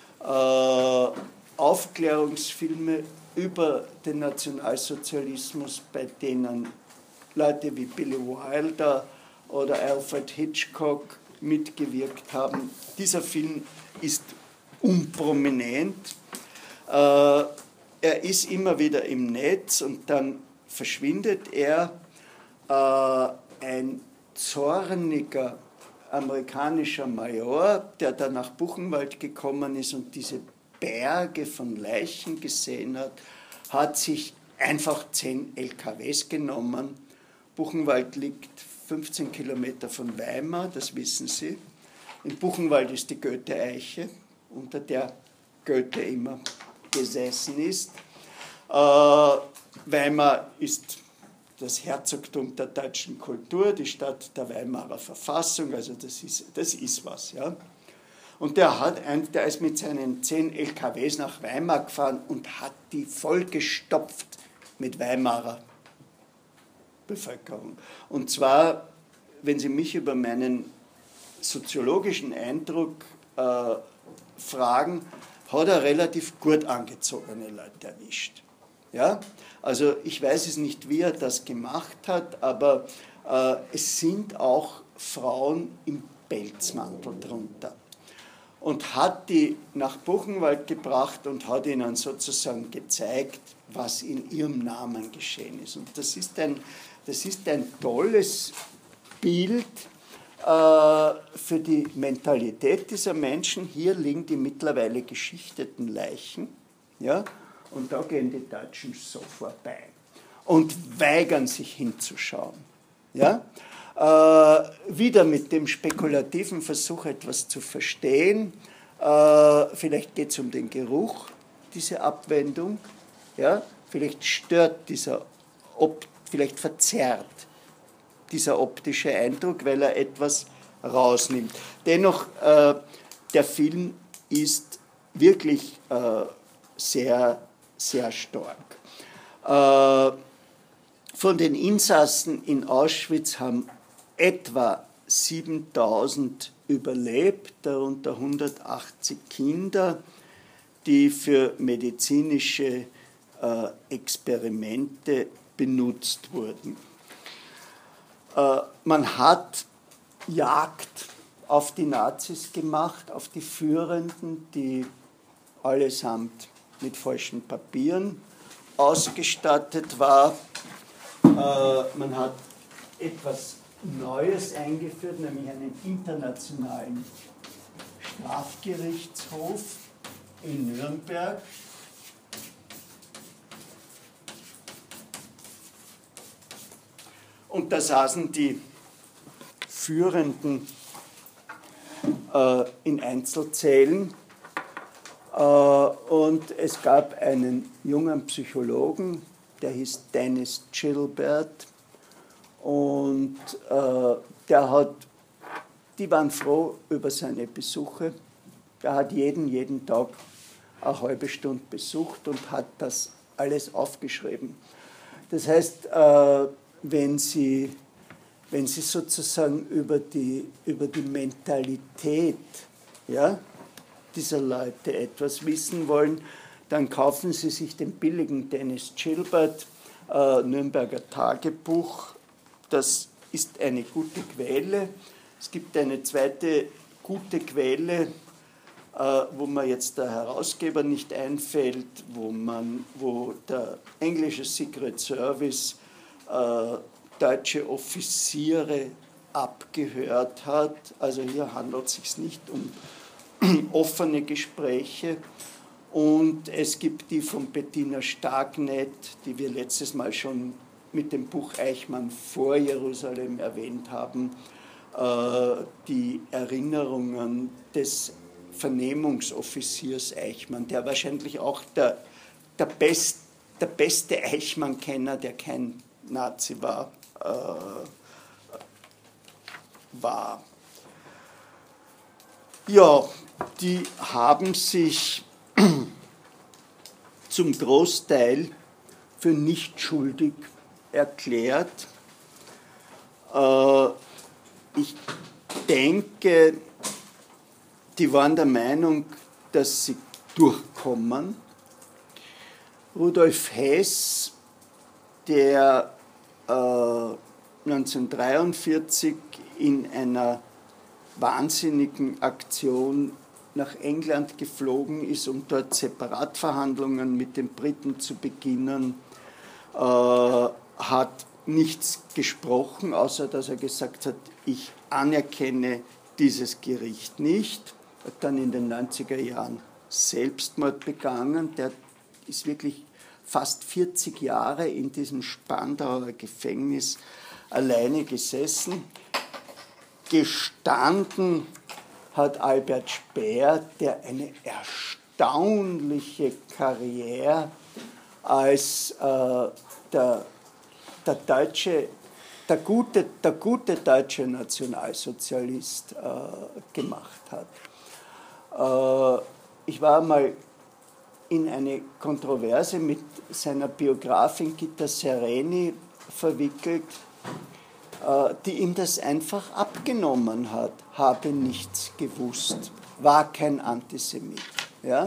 Aufklärungsfilme über den Nationalsozialismus, bei denen Leute wie Billy Wilder oder Alfred Hitchcock mitgewirkt haben. Dieser Film ist unprominent. Er ist immer wieder im Netz und dann verschwindet er. Ein zorniger amerikanischer Major, der dann nach Buchenwald gekommen ist und diese Berge von Leichen gesehen hat, hat sich einfach 10 LKWs genommen. Buchenwald liegt 15 Kilometer von Weimar, das wissen Sie. In Buchenwald ist die Goethe-Eiche, unter der Goethe immer gesessen ist. Weimar ist das Herzogtum der deutschen Kultur, die Stadt der Weimarer Verfassung, also das ist was. Ja. Und der ist mit seinen 10 LKWs nach Weimar gefahren und hat die vollgestopft mit Weimarer Bevölkerung. Und zwar, wenn Sie mich über meinen soziologischen Eindruck fragen, hat er relativ gut angezogene Leute erwischt. Ja? Also ich weiß es nicht, wie er das gemacht hat, aber es sind auch Frauen im Pelzmantel drunter. Und hat die nach Buchenwald gebracht und hat ihnen sozusagen gezeigt, was in ihrem Namen geschehen ist. Und das ist ein tolles Bild für die Mentalität dieser Menschen. Hier liegen die mittlerweile geschichteten Leichen, ja, und da gehen die Deutschen so vorbei und weigern sich hinzuschauen. Ja? Wieder mit dem spekulativen Versuch, etwas zu verstehen. Vielleicht geht es um den Geruch, diese Abwendung. Ja? Vielleicht stört vielleicht verzerrt dieser optische Eindruck, weil er etwas rausnimmt. Dennoch, der Film ist wirklich sehr, sehr stark. Von den Insassen in Auschwitz haben etwa 7000 überlebt, darunter 180 Kinder, die für medizinische Experimente benutzt wurden. Man hat Jagd auf die Nazis gemacht, auf die Führenden, die allesamt mit falschen Papieren ausgestattet war. Man hat etwas Neues eingeführt, nämlich einen internationalen Strafgerichtshof in Nürnberg. Und da saßen die Führenden in Einzelzellen. Und es gab einen jungen Psychologen, der hieß Dennis Gilbert. Und die waren froh über seine Besuche. Der hat jeden Tag eine halbe Stunde besucht und hat das alles aufgeschrieben. Das heißt, wenn Sie sozusagen über die Mentalität, ja, dieser Leute etwas wissen wollen, dann kaufen Sie sich den billigen Dennis Gilbert, Nürnberger Tagebuch. Das ist eine gute Quelle. Es gibt eine zweite gute Quelle, wo mir jetzt der Herausgeber nicht einfällt, wo der englische Secret Service deutsche Offiziere abgehört hat. Also hier handelt es sich nicht um offene Gespräche. Und es gibt die von Bettina Starknet, die wir letztes Mal schon mit dem Buch Eichmann vor Jerusalem erwähnt haben, die Erinnerungen des Vernehmungsoffiziers Eichmann, der wahrscheinlich auch der beste Eichmann-Kenner, der kein Nazi war. Ja, die haben sich zum Großteil für nicht schuldig erklärt. Ich denke, die waren der Meinung, dass sie durchkommen. Rudolf Hess, der 1943 in einer wahnsinnigen Aktion nach England geflogen ist, um dort Separatverhandlungen mit den Briten zu beginnen, hat nichts gesprochen, außer dass er gesagt hat, ich anerkenne dieses Gericht nicht. Hat dann in den 90er Jahren Selbstmord begangen. Der ist wirklich fast 40 Jahre in diesem Spandauer Gefängnis alleine gesessen. Gestanden hat Albert Speer, der eine erstaunliche Karriere als der gute deutsche Nationalsozialist gemacht hat. Ich war mal in eine Kontroverse mit seiner Biografin Gitta Sereni verwickelt, die ihm das einfach abgenommen hat, habe nichts gewusst, war kein Antisemit. Ja?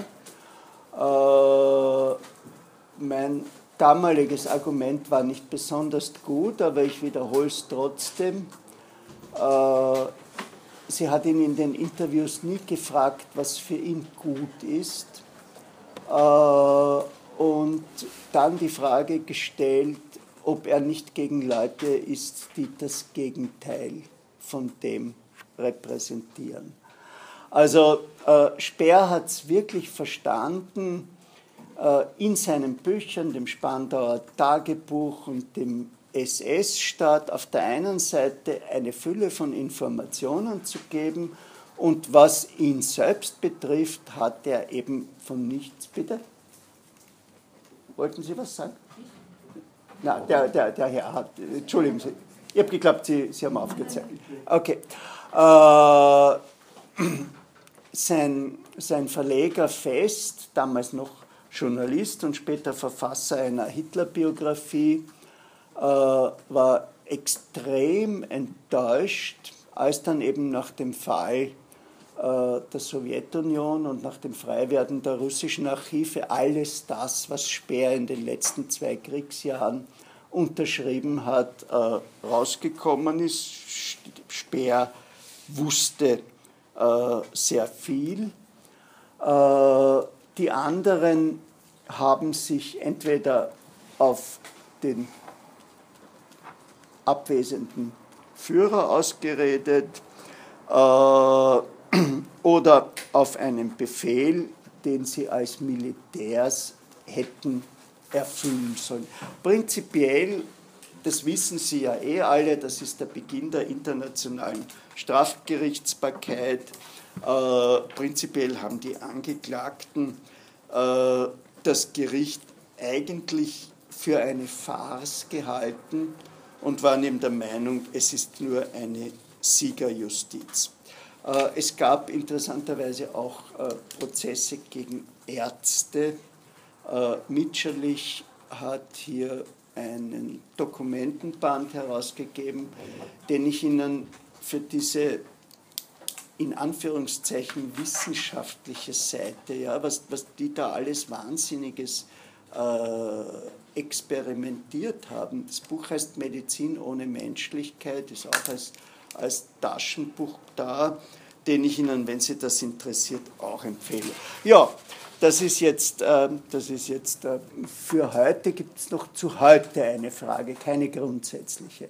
Mein damaliges Argument war nicht besonders gut, aber ich wiederhole es trotzdem. Sie hat ihn in den Interviews nie gefragt, was für ihn gut ist. Und dann die Frage gestellt, ob er nicht gegen Leute ist, die das Gegenteil von dem repräsentieren. Also Speer hat es wirklich verstanden, in seinen Büchern, dem Spandauer Tagebuch und dem SS-Staat auf der einen Seite eine Fülle von Informationen zu geben und was ihn selbst betrifft, hat er eben von nichts. Bitte? Wollten Sie was sagen? Na, der Herr hat, entschuldigen Sie, ich habe geglaubt, Sie haben aufgezeigt. Okay. Sein Verleger Fest, damals noch Journalist und später Verfasser einer Hitlerbiografie, war extrem enttäuscht, als dann eben nach dem Fall der Sowjetunion und nach dem Freiwerden der russischen Archive alles das, was Speer in den letzten 2 Kriegsjahren unterschrieben hat, rausgekommen ist. Speer wusste sehr viel. Die anderen haben sich entweder auf den abwesenden Führer ausgeredet oder auf einen Befehl, den sie als Militärs hätten erfüllen sollen. Prinzipiell, das wissen Sie ja eh alle, das ist der Beginn der internationalen Strafgerichtsbarkeit. Prinzipiell haben die Angeklagten das Gericht eigentlich für eine Farce gehalten und waren eben der Meinung, es ist nur eine Siegerjustiz. Es gab interessanterweise auch Prozesse gegen Ärzte. Mitscherlich hat hier einen Dokumentenband herausgegeben, den ich Ihnen für diese in Anführungszeichen wissenschaftliche Seite, ja, was die da alles Wahnsinniges experimentiert haben. Das Buch heißt Medizin ohne Menschlichkeit, ist auch als Taschenbuch da, den ich Ihnen, wenn Sie das interessiert, auch empfehle. Ja, das ist jetzt für heute. Gibt es noch zu heute eine Frage, keine grundsätzliche?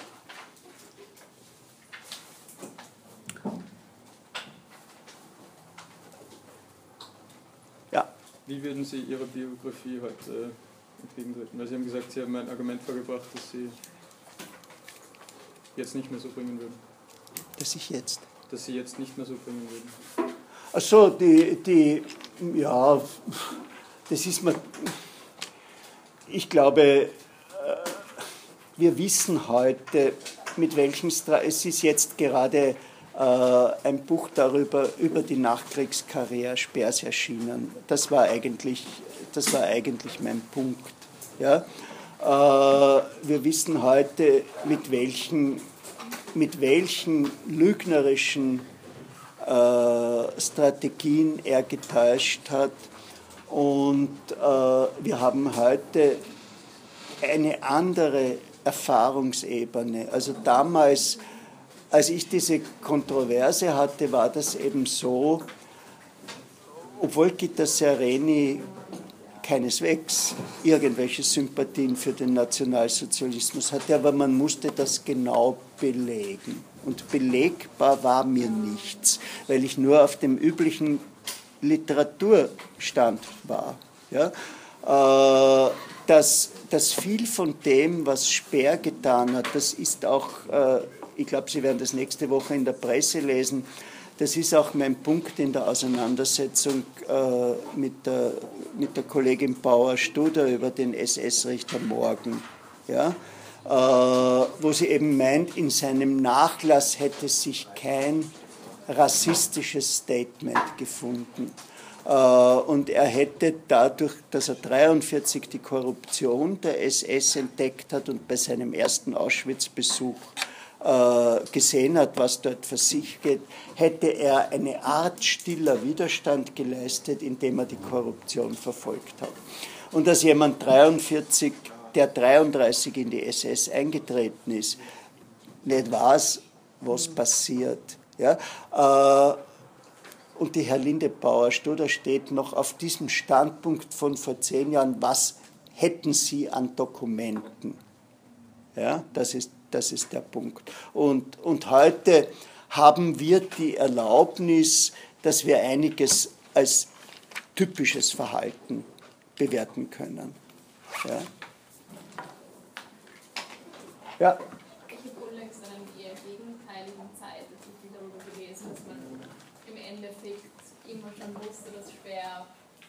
Ja. Wie würden Sie Ihrer Biografie heute entgegentreten? Weil Sie haben gesagt, Sie haben ein Argument vorgebracht, das Sie jetzt nicht mehr so bringen würden. Dass Sie jetzt nicht mehr so bringen würden. Ach so, ja, das ist mir, ich glaube, wir wissen heute, mit welchen, es ist jetzt gerade ein Buch darüber, über die Nachkriegskarriere Speers erschienen. Das war eigentlich mein Punkt. Ja? Wir wissen heute, mit welchen lügnerischen Strategien er getäuscht hat. Und wir haben heute eine andere Erfahrungsebene. Also damals, als ich diese Kontroverse hatte, war das eben so, obwohl Gitta Sereni keineswegs irgendwelche Sympathien für den Nationalsozialismus hatte, aber man musste das genau belegen. Und belegbar war mir nichts, weil ich nur auf dem üblichen Literaturstand war. Ja? Dass viel von dem, was Speer getan hat, das ist auch, ich glaube, Sie werden das nächste Woche in der Presse lesen, das ist auch mein Punkt in der Auseinandersetzung mit der Kollegin Bauer-Studer über den SS-Richter Morgen. Ja? Wo sie eben meint, in seinem Nachlass hätte sich kein rassistisches Statement gefunden. Und er hätte dadurch, dass er 1943 die Korruption der SS entdeckt hat und bei seinem ersten Auschwitz-Besuch gesehen hat, was dort vor sich geht, hätte er eine Art stiller Widerstand geleistet, indem er die Korruption verfolgt hat. Und dass jemand 1943, der 1933 in die SS eingetreten ist, nicht weiß, was passiert. Ja? Und die Herr Lindebauer-Studer steht noch auf diesem Standpunkt von vor 10 Jahren, was hätten Sie an Dokumenten? Ja, das ist der Punkt. Und heute haben wir die Erlaubnis, dass wir einiges als typisches Verhalten bewerten können. Ja. Ja. Ich habe unlängst einen eher gegenteiligen Zeitartikel darüber gelesen, dass man im Endeffekt immer schon wusste, dass Speer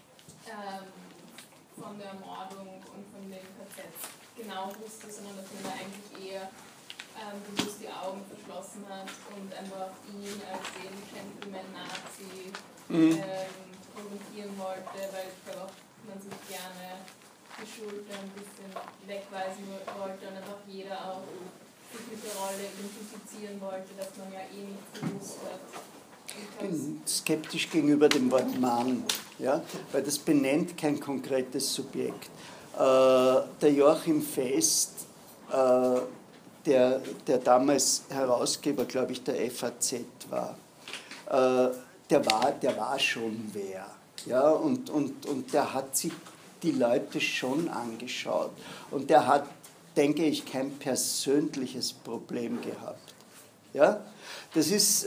von der Ermordung und von den KZs genau wusste, sondern dass man da eigentlich eher bewusst die Augen verschlossen hat und einfach ihn als den Gentleman-Nazi präsentieren wollte, weil ich glaube auch, man sich gerne die Schuld ein bisschen wegweisen wollte und einfach jeder auch sich mit der Rolle identifizieren wollte, dass man ja eh nicht gewusst hat. Ich bin skeptisch gegenüber dem Wort Mann, ja, weil das benennt kein konkretes Subjekt. Der Joachim Fest, der damals Herausgeber, glaube ich, der FAZ war, der war schon wer. Ja, und der hat sich die Leute schon angeschaut. Und der hat, denke ich, kein persönliches Problem gehabt. Ja? Das ist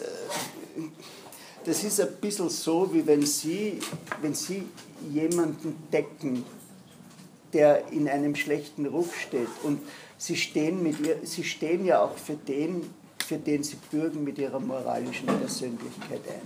ein bisschen so, wie wenn Sie jemanden decken, der in einem schlechten Ruf steht. Und Sie stehen ja auch für den Sie bürgen, mit Ihrer moralischen Persönlichkeit ein.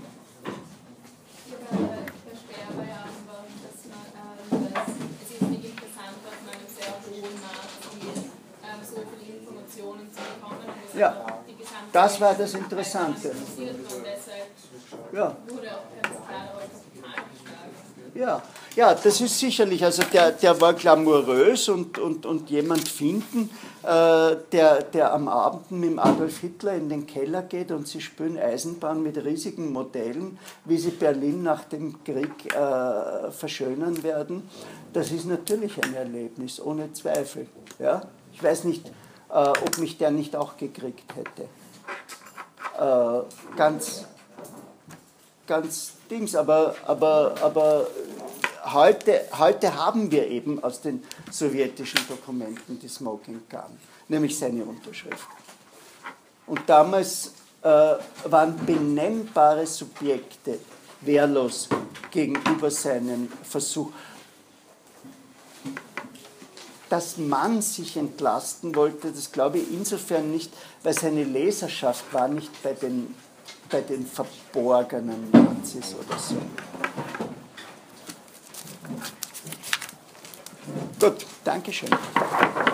Der Speer war ja einfach, dass es ist nicht interessant, auf einem sehr hohen Maß so viele Informationen zu bekommen. Ja, das war das Interessante. Ja. Wurde auch ganz klar darauf Kapital geschlagen. Ja, das ist sicherlich, also der war glamourös und jemand finden, der am Abend mit dem Adolf Hitler in den Keller geht und sie spüren Eisenbahn mit riesigen Modellen, wie sie Berlin nach dem Krieg verschönern werden. Das ist natürlich ein Erlebnis, ohne Zweifel. Ja? Ich weiß nicht, ob mich der nicht auch gekriegt hätte. Ganz Dings, aber heute haben wir eben aus den sowjetischen Dokumenten die Smoking Gun, nämlich seine Unterschrift. Und damals waren benennbare Subjekte wehrlos gegenüber seinem Versuch. Dass man sich entlasten wollte, das glaube ich insofern nicht, weil seine Leserschaft war nicht bei den verborgenen Nazis oder so. Gut, Dankeschön.